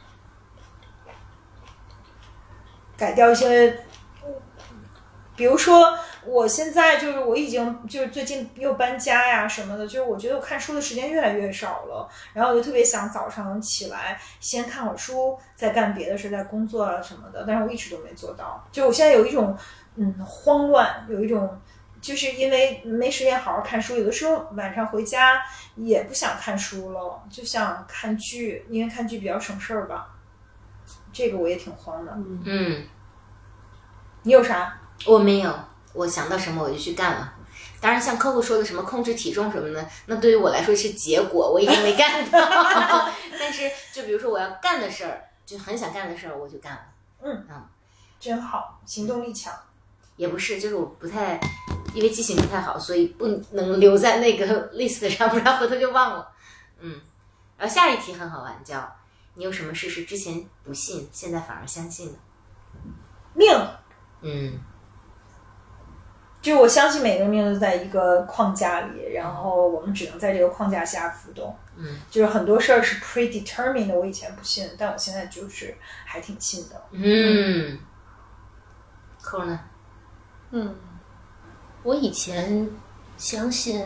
改掉一些，比如说我现在就是我已经就是最近又搬家呀什么的，就是我觉得我看书的时间越来越少了，然后我就特别想早上起来先看会儿书，再干别的事，再工作啊什么的，但是我一直都没做到。就我现在有一种嗯慌乱，有一种就是因为没时间好好看书，有的时候晚上回家也不想看书了，就想看剧，因为看剧比较省事儿吧。这个我也挺慌的。 嗯， 你有啥？ 我没有，我想到什么我就去干了。当然像Coco说的什么控制体重什么的，那对于我来说是结果，我已经没干到但是就比如说我要干的事儿，就很想干的事儿我就干了。 嗯嗯，真好，行动力强。 也不是，就是我不太，因为记性不太好，所以不能留在那个 list 上，不然回头就忘了。嗯，然后下一题很好玩，叫你有什么事是之前不信，现在反而相信的？ 命。 嗯， 就我相信每个命都在一个框架里，然后我们只能在这个框架下浮动。 嗯， 就是很多事儿是 predetermined 的，我以前不信，但我现在就是还挺信的。 嗯，扣呢？ 嗯，我以前相信，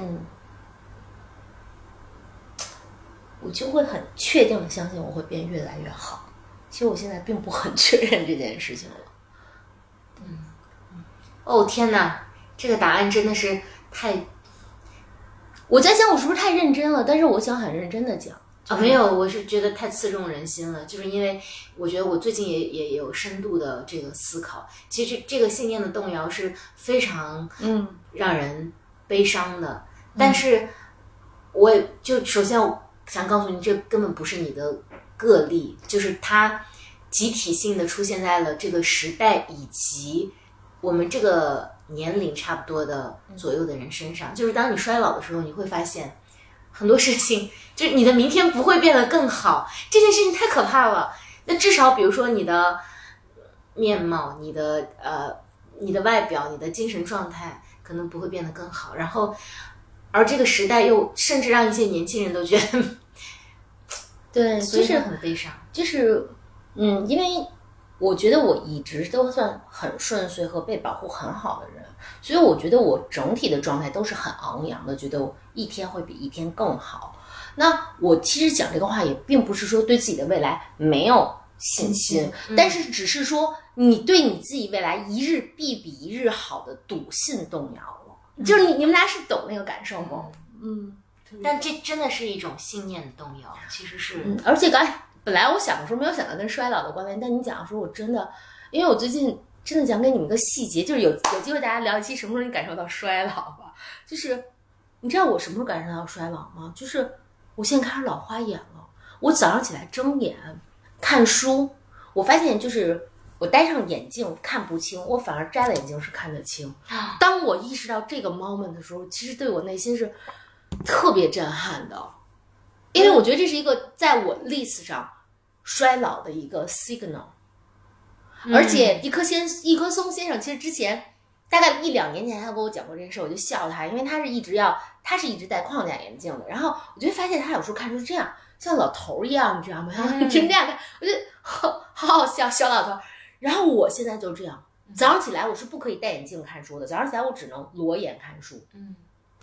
我就会很确定的相信我会变越来越好。其实我现在并不很确认这件事情了。 嗯，哦天哪，这个答案真的是太…… 我在想我是不是太认真了，但是我想很认真的讲。 啊、哦，没有，我是觉得太刺中人心了，就是因为我觉得我最近也也有深度的这个思考，其实这个信念的动摇是非常嗯让人悲伤的，嗯、但是我就首先我想告诉你，这根本不是你的个例，就是它集体性的出现在了这个时代以及我们这个年龄差不多的左右的人身上，就是当你衰老的时候，你会发现很多事情，就你的明天不会变得更好，这件事情太可怕了。那至少比如说你的面貌，你的呃，你的外表，你的精神状态可能不会变得更好。然后，而这个时代又甚至让一些年轻人都觉得， 对， 就是很悲伤。 就是嗯，因为我觉得我一直都算很顺遂和被保护很好的人，所以我觉得我整体的状态都是很昂扬的，觉得我一天会比一天更好。那我其实讲这个话也并不是说对自己的未来没有信心，嗯、但是只是说你对你自己未来一日必比一日好的笃信动摇了。嗯、就是你你们俩是懂那个感受吗？ 嗯，但这真的是一种信念的动摇，其实是， 嗯、而且刚才本来我想的时候没有想到跟衰老的关联，但你讲的时候我真的，因为我最近真的讲给你们一个细节，就是有有机会大家聊一期什么时候你感受到衰老吧，就是你知道我什么时候感受到衰老吗？就是我现在开始老花眼了，我早上起来睁眼看书，我发现就是我戴上眼镜看不清，我反而摘了眼镜是看得清。当我意识到这个 moment 的时候，其实对我内心是特别震撼的，因为我觉得这是一个在我 list 上衰老的一个 signal。而且一棵先一棵松先生其实之前大概一两年前他跟我讲过这件事，我就笑他，因为他是一直要他是一直戴框架眼镜的，然后我就会发现他有时候看出这样像老头一样，你知道吗？他真这样看，我觉得好好好笑，小老头。然后我现在就这样，早上起来我是不可以戴眼镜看书的，早上起来我只能裸眼看书。 嗯。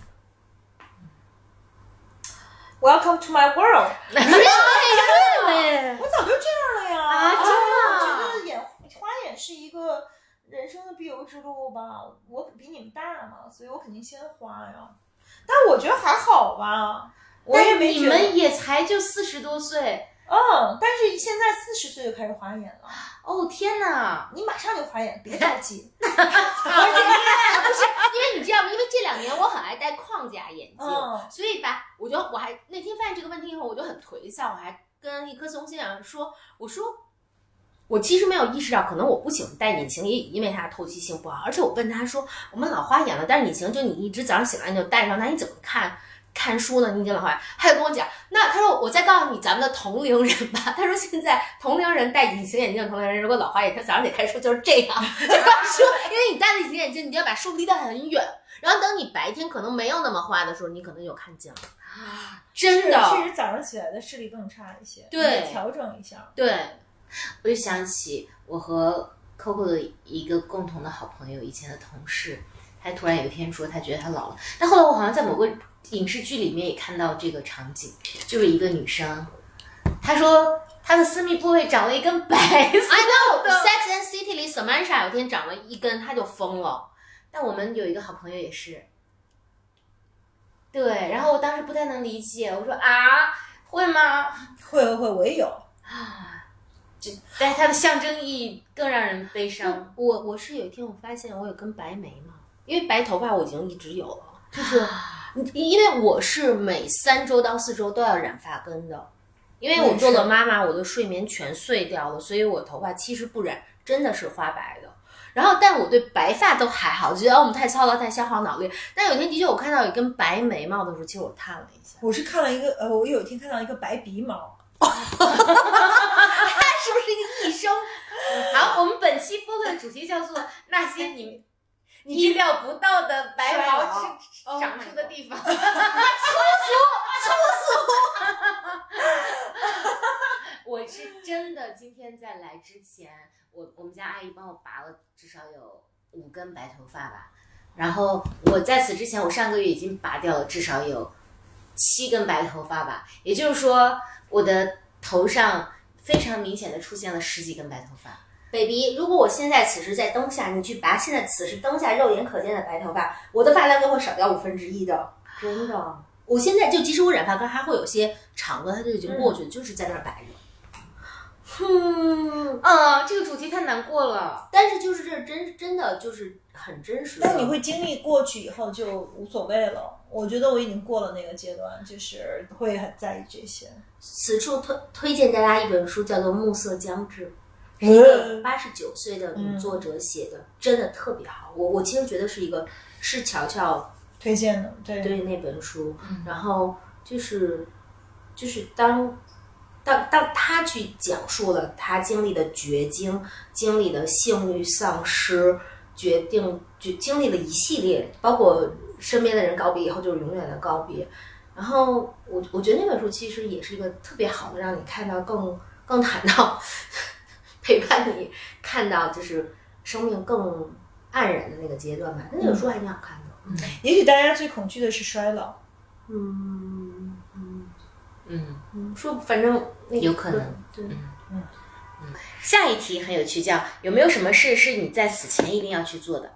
Welcome to my world 对。 我早就这样了呀。 啊，真的。 我觉得眼花眼是一个人生的必由之路吧。我比你们大嘛，所以我肯定先花呀。但我觉得还好吧。我也没觉得。 你们也才就四十多岁。 嗯，但是现在四十岁就开始花眼了。 哦天哪！ 你马上就花眼，别着急。 不是，因为你知道吗？因为这两年我很爱戴框架眼镜， 嗯、 所以吧，我就我还那天发现这个问题以后，我就很颓丧，我还跟一棵松先生说，我说我其实没有意识到，可能我不喜欢戴隐形，也因为它透气性不好。而且我问他说，我们老花眼了，但是隐形就你一直早上醒来你就戴上，那你怎么看看书呢？你已经老花眼，他就跟我讲，那他说我再告诉你咱们的同龄人吧，他说现在同龄人戴隐形眼镜的同龄人如果老花眼，他早上得看书就是这样，就说因为你戴了隐形眼镜，你就要把书离得很远，然后等你白天可能没有那么花的时候，你可能就看见了。真的， 确实早上起来的视力更差一些， 对， 调整一下。 对， 我就想起我和 Coco 的一个共同的好朋友，以前的同事，他突然有一天说他觉得他老了，但后来我好像在某个影视剧里面也看到这个场景，就是一个女生，她说她的私密部位长了一根白色的。 I know Sex and City 里 Samantha 有天长了一根，她就疯了。 但我们有一个好朋友也是，对，然后我当时不太能理解，我说啊，会吗？ 会会会，我也有啊，但它的象征意义更让人悲伤。 我我是有一天我发现我有根白眉毛，因为白头发我已经一直有了，就是因为我是每三周到四周都要染发根的，因为我做了妈妈，我的睡眠全碎掉了，所以我头发其实不染真的是花白的。然后，但我对白发都还好，觉得我们太操劳、太消耗脑力。但有一天的确，我看到有一根白眉毛的时候，其实我叹了一下。 我是看了一个，呃，我有一天看到一个白鼻毛， 他是不是一个医生？ 好，我们本期播客的主题叫做那些你意料不到的白毛长出的地方。粗俗，粗俗。我是真的今天在来之前。我我们家阿姨帮我拔了至少有五根白头发吧，然后我在此之前，我上个月已经拔掉了至少有七根白头发吧，也就是说我的头上非常明显的出现了十几根白头发。 baby， 如果我现在此时在灯下，你去拔现在此时灯下肉眼可见的白头发，我的发量就会少掉五分之一的，真的。我现在就即使我染发根还会有些长的，它就已经过去了，嗯、就是在那儿摆着。 嗯啊，这个主题太难过了， 但是就是这真真的就是很真实的。 但你会经历过去以后就无所谓了。我觉得我已经过了那个阶段，就是会很在意这些。 此处推推荐大家一本书，叫做《暮色将至》，是一个八十九岁的女作者写的，嗯、真的特别好。我我其实觉得是一个是乔乔推荐的，对对那本书，嗯、然后就是就是当。当当他去讲述了他经历的绝经，经历的性欲丧失，决定就经历了一系列，包括身边的人告别以后就是永远的告别。然后我我觉得那本书其实也是一个特别好的，让你看到更更谈到陪伴你看到就是生命更黯然的那个阶段吧。那本书还挺好看的。 嗯，也许大家最恐惧的是衰老。 嗯嗯。 嗯嗯，说反正有可能， 对， 嗯嗯嗯。下一题很有趣，叫有没有什么事是你在死前一定要去做的？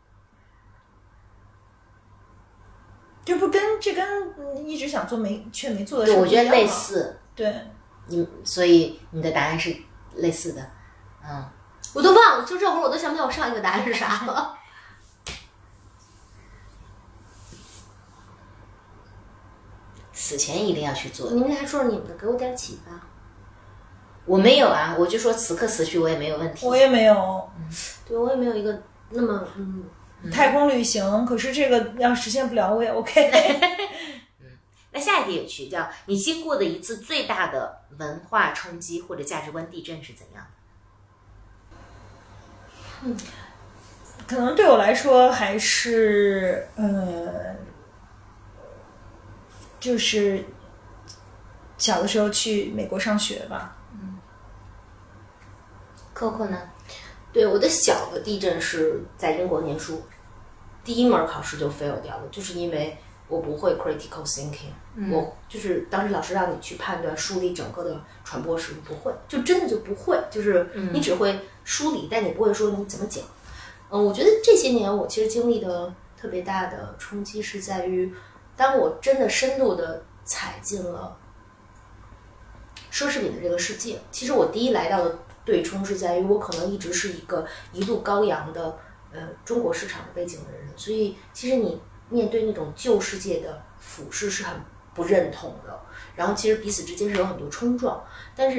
这不跟这跟一直想做没却没做的事对，我觉得类似。 对， 你所以你的答案是类似的，嗯， 我都忘了，就这会儿我都想不起来我上一个答案是啥了。 死前一定要去做的。 你们俩说说你们的，给我点启发。 我没有啊，我就说此刻死去我也没有问题。 我也没有， 嗯，对我也没有一个那么嗯。 太空旅行，可是这个要实现不了，我也 OK。 嗯，那下一题有趣，叫你经过的一次最大的文化冲击或者价值观地震是怎样的？ 嗯，可能对我来说还是呃。就是小的时候去美国上学吧。 嗯 ，Coco 呢？ 对，我的小的地震是在英国念书，第一门考试就 fail 掉了，就是因为我不会 critical thinking，、嗯、我就是当时老师让你去判断梳理整个的传播史，你不会，就真的就不会，就是你只会梳理，嗯、但你不会说你怎么讲。嗯，我觉得这些年我其实经历的特别大的冲击是在于。当我真的深度的踩进了奢侈品的这个世界，其实我第一来到的对冲是在于我可能一直是一个一路高扬的呃中国市场的背景的人，所以其实你面对那种旧世界的俯视是很不认同的，然后其实彼此之间是有很多冲撞，但是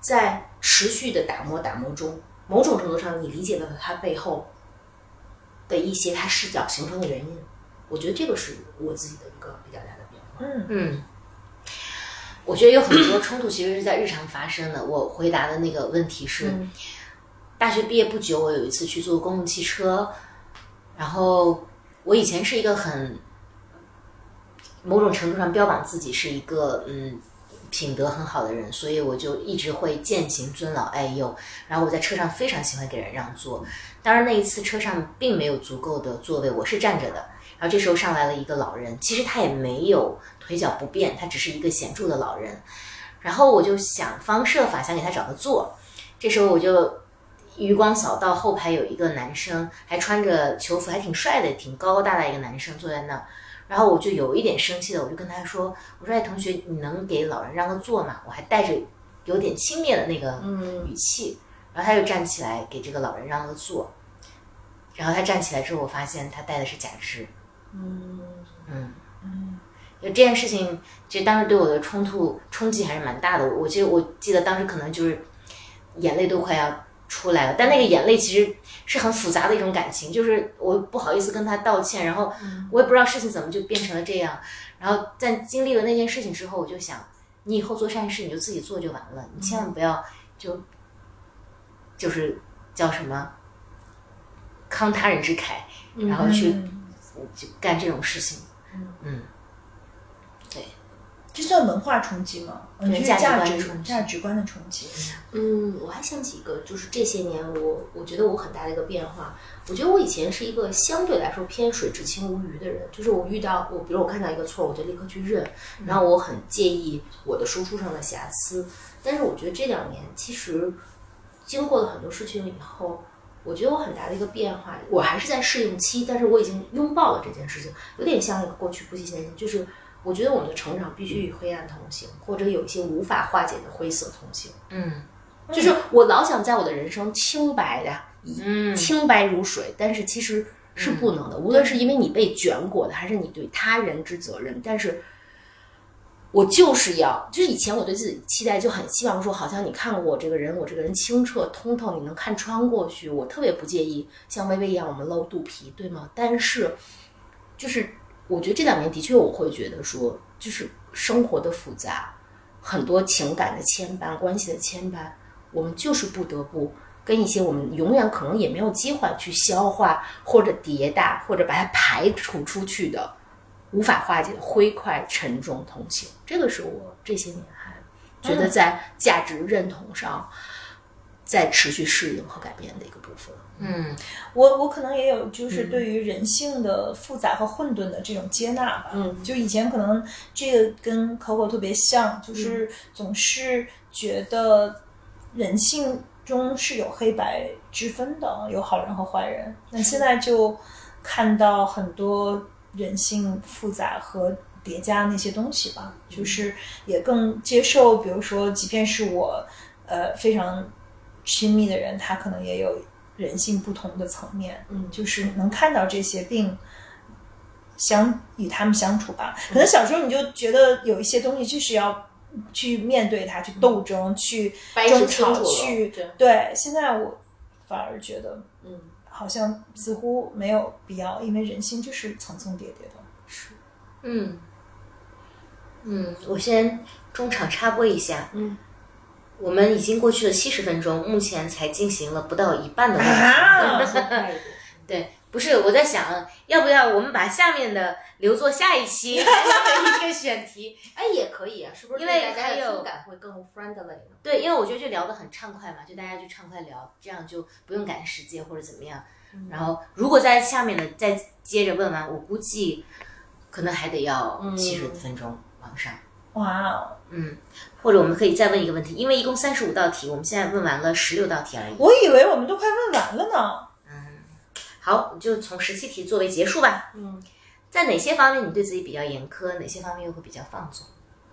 在持续的打磨打磨中，某种程度上你理解到了它背后的一些它视角形成的原因。我觉得这个是我自己的一个比较大的变化。 嗯嗯，我觉得有很多冲突其实是在日常发生的。我回答的那个问题是， 嗯、 大学毕业不久，我有一次去坐公共汽车，然后我以前是一个很某种程度上标榜自己是一个嗯品德很好的人，所以我就一直会践行尊老爱幼，然后我在车上非常喜欢给人让座。当然那一次车上并没有足够的座位，我是站着的，然后这时候上来了一个老人，其实他也没有腿脚不便，他只是一个显著的老人，然后我就想方设法想给他找个座。这时候我就余光扫到后排有一个男生，还穿着球服，还挺帅的，挺高高大大一个男生坐在那，然后我就有一点生气了，我就跟他说，我说哎同学，你能给老人让个座吗？我还带着有点轻蔑的那个语气、嗯、然后他就站起来给这个老人让了个座，然后他站起来之后，我发现他戴的是假肢。 嗯嗯嗯，就这件事情其实当时对我的冲突冲击还是蛮大的。我记得我记得当时可能就是眼泪都快要出来了，但那个眼泪其实是很复杂的一种感情，就是我不好意思跟他道歉，然后我也不知道事情怎么就变成了这样。然后在经历了那件事情之后，我就想，你以后做善事你就自己做就完了，你千万不要就就是叫什么慷他人之慨，然后去、嗯、就干这种事情。嗯，对。 这算文化冲击吗？ 对， 价值观价值观的冲击。 嗯，我还想起一个，就是这些年我我觉得我很大的一个变化。我觉得我以前是一个相对来说偏水至清无鱼的人，就是我遇到我，比如我看到一个错，我就立刻去认，然后我很介意我的输出上的瑕疵。但是我觉得这两年其实经过了很多事情以后，我觉得我很大的一个变化，我还是在适应期，但是我已经拥抱了这件事情，有点像那个过去不计前嫌，就是我觉得我们的成长必须与黑暗同行，或者有一些无法化解的灰色同行。 嗯， 就是我老想在我的人生清白的， 嗯， 清白如水，但是其实是不能的。嗯、无论是因为你被卷裹的，还是你对他人之责任，但是我就是要，就是以前我对自己期待就很希望说，好像你看过我这个人，我这个人清澈通透，你能看穿过去。我特别不介意像微微一样我们露肚皮，对吗？但是就是我觉得这两年的确我会觉得说，就是生活的复杂，很多情感的牵绊，关系的牵绊，我们就是不得不跟一些我们永远可能也没有机会去消化或者迭代或者把它排除出去的无法化解的灰块沉重同行。这个是我这些年还觉得在价值认同上在持续适应和改变的一个部分。 嗯， 我我可能也有就是对于人性的复杂和混沌的这种接纳吧。 嗯， 就以前可能这个跟 Coco 特别像，就是总是觉得人性中是有黑白之分的，有好人和坏人。那现在就看到很多人性复杂和叠加那些东西吧，就是也更接受，比如说即便是我呃非常亲密的人，他可能也有人性不同的层面， 嗯， 就是能看到这些并相与他们相处吧。可能小时候你就觉得有一些东西就是要去面对它，去斗争，嗯、去争吵，去对, 对。现在我反而觉得， 嗯， 好像似乎没有必要，因为人性就是层层叠叠的。 是， 嗯嗯，我先中场插播一下， 嗯。 我们已经过去了七十分钟，目前才进行了不到一半的问题。 啊、 对，不是我在想，要不要我们把下面的留作下一期一个选题？ 哎，也可以啊，是不是？ 因为还有听感会更 friendly 呢？ 对，因为我觉得就聊得很畅快嘛，就大家就畅快聊，这样就不用赶时间或者怎么样。嗯、然后如果在下面的再接着问完，我估计可能还得要七十分钟往上。 哇哦， 嗯，或者我们可以再问一个问题，因为一共三十五道题，我们现在问完了十六道题而已。 我以为我们都快问完了呢。 嗯，好，就从十七题作为结束吧。 嗯， 在哪些方面你对自己比较严苛，哪些方面又会比较放纵？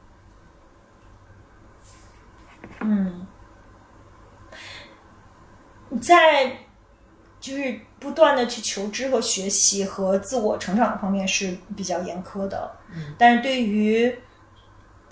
嗯，在就是不断的去求知和学习和自我成长的方面是比较严苛的。 嗯， 但是对于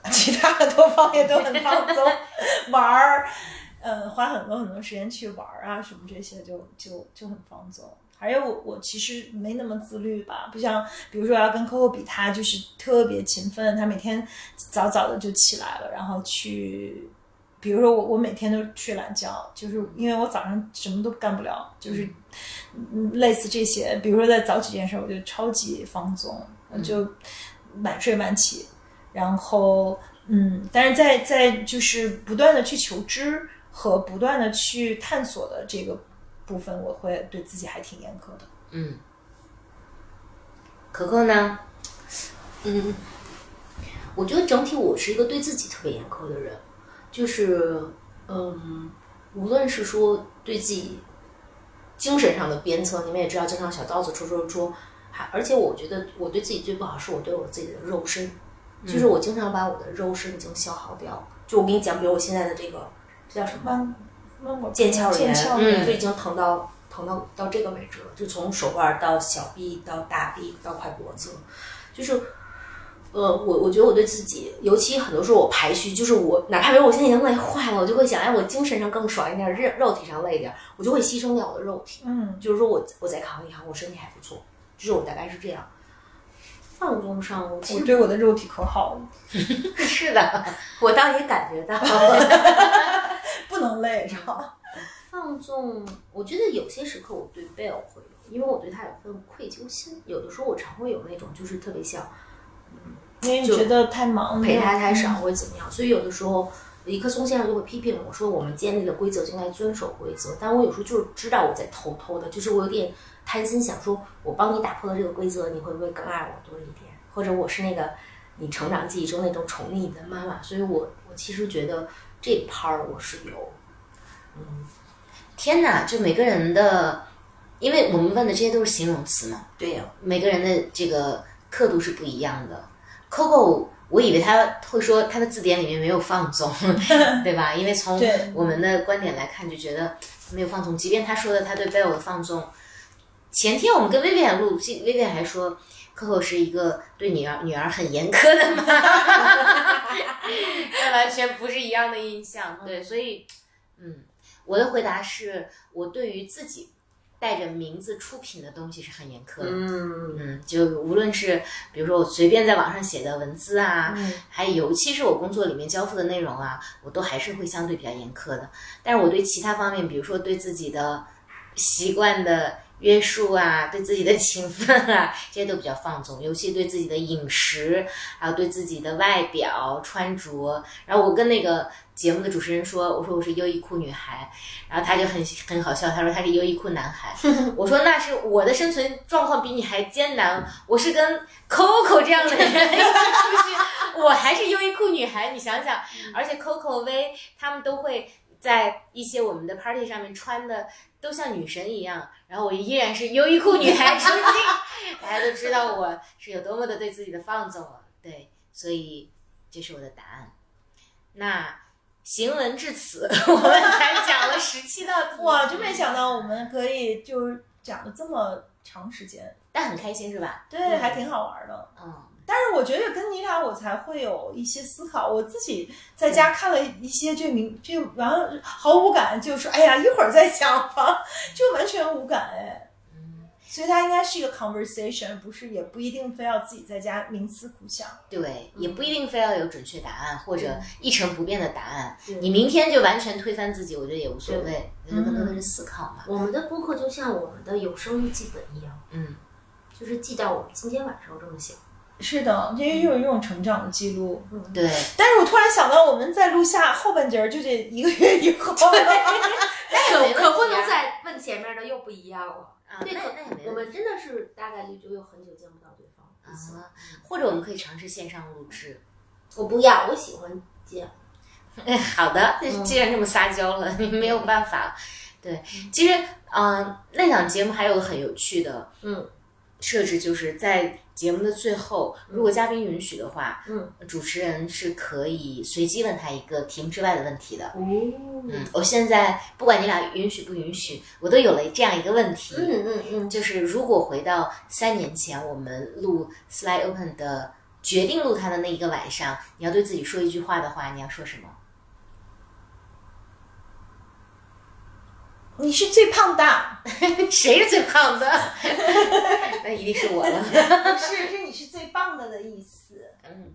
其他很多方面都很放松，玩儿，嗯，花很多很多时间去玩儿啊什么这些就就就很放松。还有我我其实没那么自律吧，不像比如说要跟 Coco 比，他就是特别勤奋，他每天早早的就起来了，然后去，比如说我我每天都睡懒觉，就是因为我早上什么都干不了，就是嗯类似这些，比如说在早起这件事我就超级放纵，我就晚睡晚起，然后嗯，但是在在就是不断的去求知和不断的去探索的这个部分，我会对自己还挺严苛的。 嗯，可可呢？ 嗯，我觉得整体我是一个对自己特别严苛的人，就是嗯，无论是说对自己精神上的鞭策，你们也知道，经常小刀子戳戳戳，还而且我觉得我对自己最不好是我对我自己的肉身，就是我经常把我的肉身已经消耗掉。就我跟你讲，比如我现在的这个这叫什么？腱鞘炎，嗯，就已经疼到疼到到这个位置了，就从手腕到小臂到大臂到快脖子，就是，呃，我我觉得我对自己，尤其很多时候我排虚，就是我哪怕比如我现在已经累坏了，我就会想，哎，我精神上更爽一点，肉肉体上累一点，我就会牺牲掉我的肉体， 嗯， 就是说我我再扛一扛，我身体还不错，就是我大概是这样。放纵上，我我对我的肉体可好了， 是的，我倒也感觉到。 不能累，知道吗？ 放纵，我觉得有些时刻我对贝尔会有，因为我对他有份愧疚心。有的时候我常会有那种，就是特别像， 嗯，因为你觉得太忙， 陪他太少或者怎么样，所以有的时候尼克松先生就会批评我说，我们建立了规则就应该遵守规则。但我有时候就是知道我在偷偷的，就是我有点贪心，想说我帮你打破了这个规则，你会不会更爱我多一点？或者我是那个你成长记忆中那种宠溺你的妈妈，所以我我其实觉得。这 part 我是有，嗯， 天哪！就每个人的，因为我们问的这些都是形容词嘛， 对呀、啊， 每个人的这个刻度是不一样的。Coco， 我以为他会说他的字典里面没有放纵，对吧？因为从我们的观点来看，就觉得没有放纵。即便他说的他对 Belle 的放纵，前天我们跟 Vivian 录 ，Vivian 还说。Coco 是一个对女儿女儿很严苛的妈妈，那完全不是一样的印象。对，所以，嗯，我的回答是我对于自己带着名字出品的东西是很严苛的。 嗯嗯，就无论是比如说我随便在网上写的文字啊， 嗯、 还尤其是我工作里面交付的内容啊，我都还是会相对比较严苛的。但是我对其他方面，比如说对自己的习惯的。约束啊，对自己的勤奋啊，这些都比较放纵，尤其对自己的饮食，还有对自己的外表穿着。然后我跟那个节目的主持人说，我说我是优衣库女孩，然后他就很很好笑，他说他是优衣库男孩。我说那是我的生存状况比你还艰难，我是跟 Coco 这样的人一起出去，我还是优衣库女孩，你想想，而且 Coco V 他们都会。在一些我们的 party 上面穿的都像女神一样，然后我依然是优衣库女孩出镜，大家都知道我是有多么的对自己的放纵了。对，所以这是我的答案。那行文至此，我们才讲了十七道题。 哇，真没想到我们可以就讲了这么长时间， 但很开心是吧？ 对，嗯、还挺好玩的。 嗯。 但是我觉得跟你俩我才会有一些思考，我自己在家看了一些这名这完了毫无感，就是哎呀一会儿再讲吧，就完全无感哎。 嗯， 所以它应该是一个 conversation， 不是也不一定非要自己在家冥思苦想。 对，也不一定非要有准确答案、嗯、或者一成不变的答案。 嗯、 你明天就完全推翻自己，我觉得也无所谓，更多的是思考嘛。 我们的播客就像我们的有声日记本一样， 嗯， 就是记到我们今天晚上这么想。 是的，这就是一种成长的记录。 嗯，对。 但是我突然想到，我们在录下后半截就这一个月以后， 可可不能再问前面的又不一样了。 啊， 对， 那那也没我们真的是大概率就有很久见不到对方啊，或者我们可以尝试线上录制。 我不要，我喜欢见。 好的，既然这么撒娇了，你、嗯、没有办法。对，其实嗯、呃，那档节目还有个很有趣的嗯设置，就是在节目的最后，如果嘉宾允许的话， 嗯， 主持人是可以随机问他一个题目之外的问题的。 哦， 嗯，我现在不管你俩允许不允许，我都有了这样一个问题。 嗯嗯嗯， 就是如果回到三年前我们录 Slide Open 的决定录它的那一个晚上，你要对自己说一句话的话，你要说什么？ 你是最胖的。 谁是最胖的？那一定是我了。 是是你是最棒的的意思。 嗯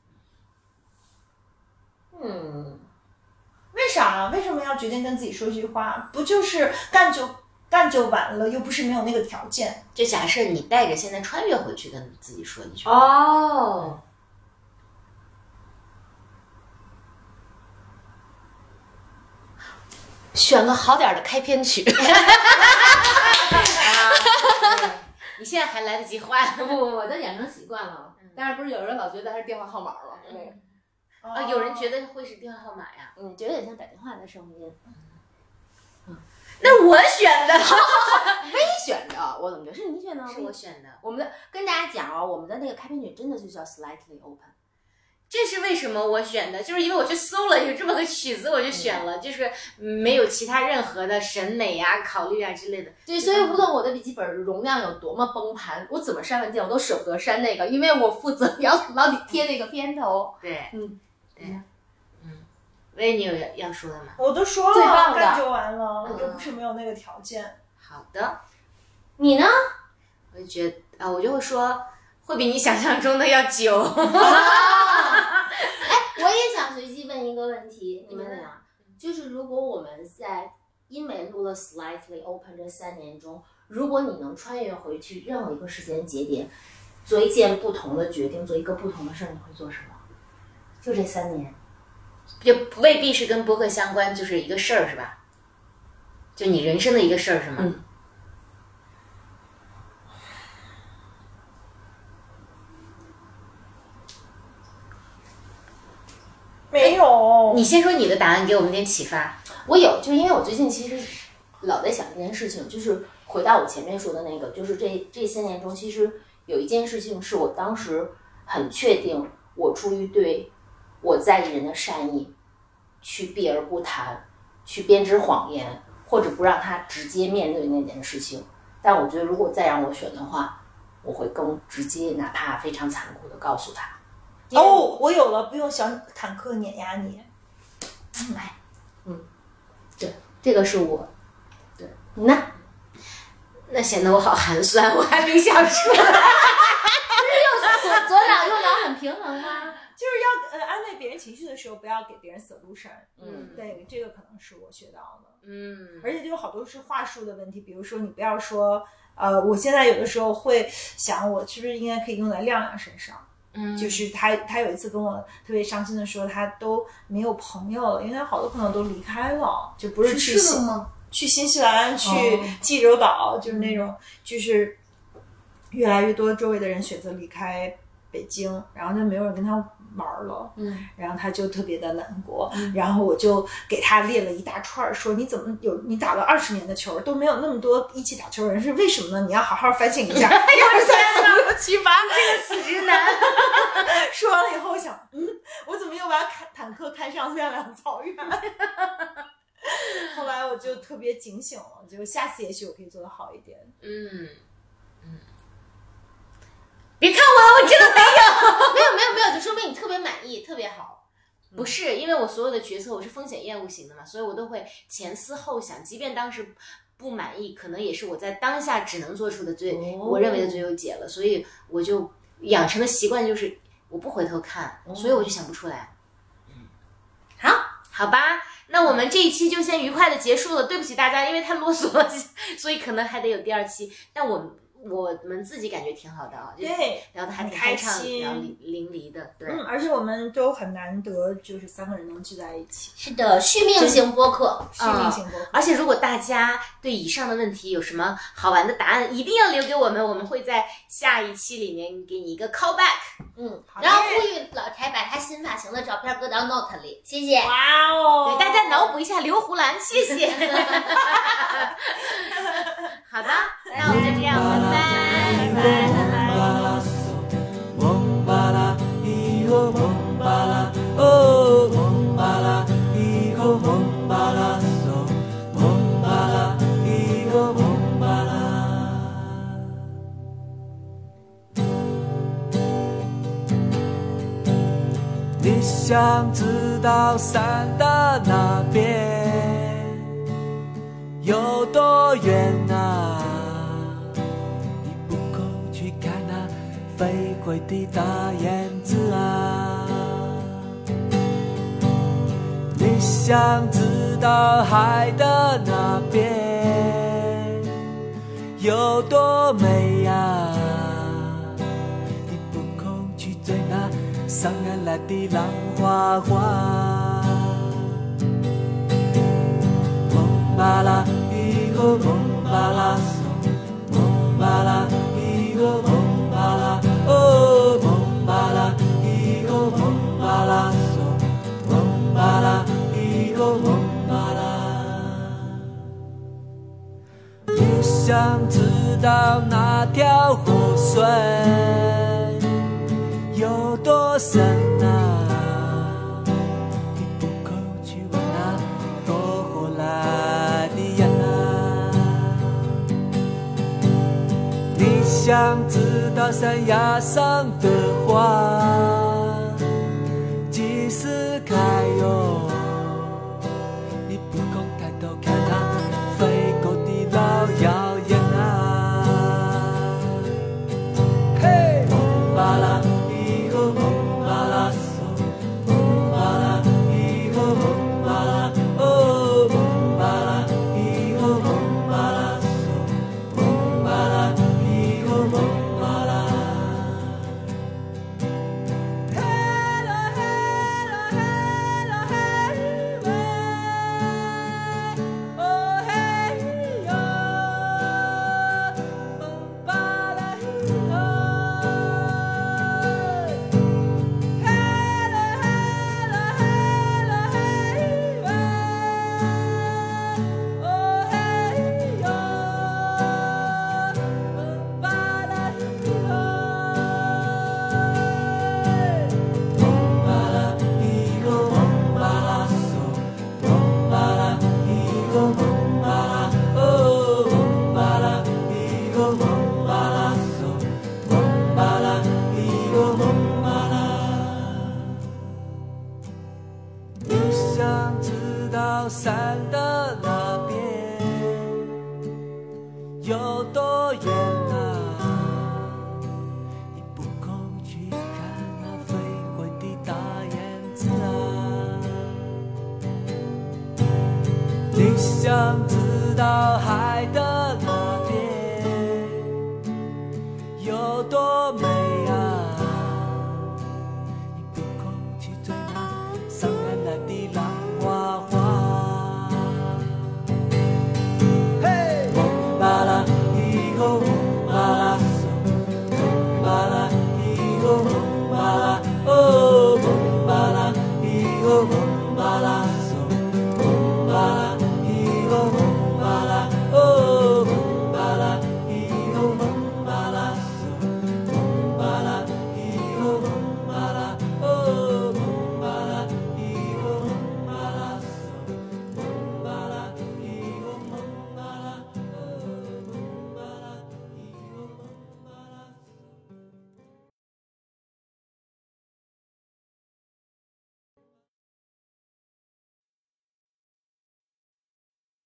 嗯， 为啥？为什么要决定跟自己说这句话？不就是干就干就完了，又不是没有那个条件。 就假设你带着现在穿越回去跟自己说一句话。 哦。 选个好点的开篇曲。啊，你现在还来得及换。 不不不，我都养成习惯了。但是不是有人老觉得它是电话号码了？ 嗯啊，有人觉得会是电话号码呀？ 嗯，觉得有点像打电话的声音。 嗯，那我选的， 非选的，我怎么觉得是你选的？ 是我选的。 我们的跟大家讲哦，我们的那个开篇曲真的就叫 Slightly Open。 这是为什么我选的，就是因为我去搜了有这么个曲子，我就选了，就是没有其他任何的审美啊、考虑啊之类的。 对，所以无论我的笔记本容量有多么崩盘，我怎么删文件我都舍不得删那个，因为我负责要老得贴那个片头。 对， 嗯， 对，嗯，喂，你有要要说的吗？ 我都说了， 最棒的干就完了，我嗯又不是没有那个条件。 好的， 你呢？ 我就觉得啊，我就会说会比你想象中的要久。 哎，我也想随机问一个问题，你们俩，就是如果我们在因为录了 Slightly Open 这三年中，如果你能穿越回去任何一个时间节点，做一件不同的决定，做一个不同的事儿，你会做什么？就这三年， 就未必是跟播客相关，就是一个事儿，是吧？就你人生的一个事儿，是吗？ 嗯。 没有， 你先说你的答案，给我们点启发。 我有，就是因为我最近其实老在想这件事情，就是回到我前面说的那个，就是这这些年中，其实有一件事情是我当时很确定，我出于对我在意人的善意，去避而不谈，去编织谎言，或者不让他直接面对那件事情。但我觉得，如果再让我选的话，我会更直接，哪怕非常残酷的告诉他。 哦，我有了，不用小坦克碾压你。 来，嗯，对，这个是我，对，你呢？ 那显得我好寒酸，我还没想出来。 不是右左左脑右脑很平衡吗？ 就是要呃安慰别人情绪的时候，不要给别人 solution。 嗯， 对，这个可能是我学到的。 嗯， 而且就有好多是话术的问题，比如说你不要说，呃，我现在有的时候会想，我是不是应该可以用在亮亮身上。 嗯， 就是他，他有一次跟我特别伤心的说，他都没有朋友了，因为他好多朋友都离开了，就不是去新吗？ 去新西兰、去济州岛，就是那种，就是越来越多周围的人选择离开北京，然后就没有人跟他玩了， 嗯， 然后他就特别的难过，嗯、然后我就给他列了一大串，说你怎么有你打了二十年的球都没有那么多一起打球的人，是为什么呢？你要好好反省一下。一二三四五六七八， 这个死直男。 说完了以后，我想，嗯，我怎么又把坦克开上亮亮草原？后来我就特别警醒了，就下次也许我可以做得好一点。 嗯嗯。别看我，我真的没有， 没有没有没有，就说明你特别满意，特别好。 不是，因为我所有的决策我是风险厌恶型的嘛，所以我都会前思后想，即便当时不满意，可能也是我在当下只能做出的最、哦、我认为的最优解了，所以我就养成的习惯就是我不回头看，哦、所以我就想不出来。嗯，好，好吧，那我们这一期就先愉快的结束了，对不起大家，因为太啰嗦了，所以可能还得有第二期，但我我们自己感觉挺好的啊， 对， 聊得还挺开畅，然后淋漓的，对， 嗯，而且我们都很难得，就是三个人能聚在一起。 是的，续命型播客， 续命型播客、 嗯。而且如果大家对以上的问题有什么好玩的答案，一定要留给我们，我们会在下一期里面给你一个 callback。 嗯，然后呼吁老柴把他新发型的照片搁到 Note 里，谢谢。 哇哦， 对大家脑补一下刘胡兰，谢谢。好的，那我们就这样，拜拜，拜拜。 想知道山的那边有多远啊？你不够去看那飞回的大燕子啊！你想知道海的那边有多美啊？你不空去追那上岸来的浪花花。蒙巴拉以后蒙巴拉松，蒙巴拉以后蒙巴拉哦，蒙巴拉以后蒙巴拉松，蒙巴拉以后蒙巴拉。你想知道那条河水有多深啊？你不够去问那多后来的人啊！你想知道山崖上的花几时开哟？你不空抬头看那飞过的老遥远啊！嘿，蒙巴拉以后蒙巴拉松，蒙巴拉以后蒙巴拉哦，蒙巴拉以后蒙巴拉松，蒙巴拉以后蒙巴拉。Hello hello hello hello oh hey yo， 蒙巴拉以后。山的那边有多远啊？你不空去看那飞回的大燕子啊！你想知道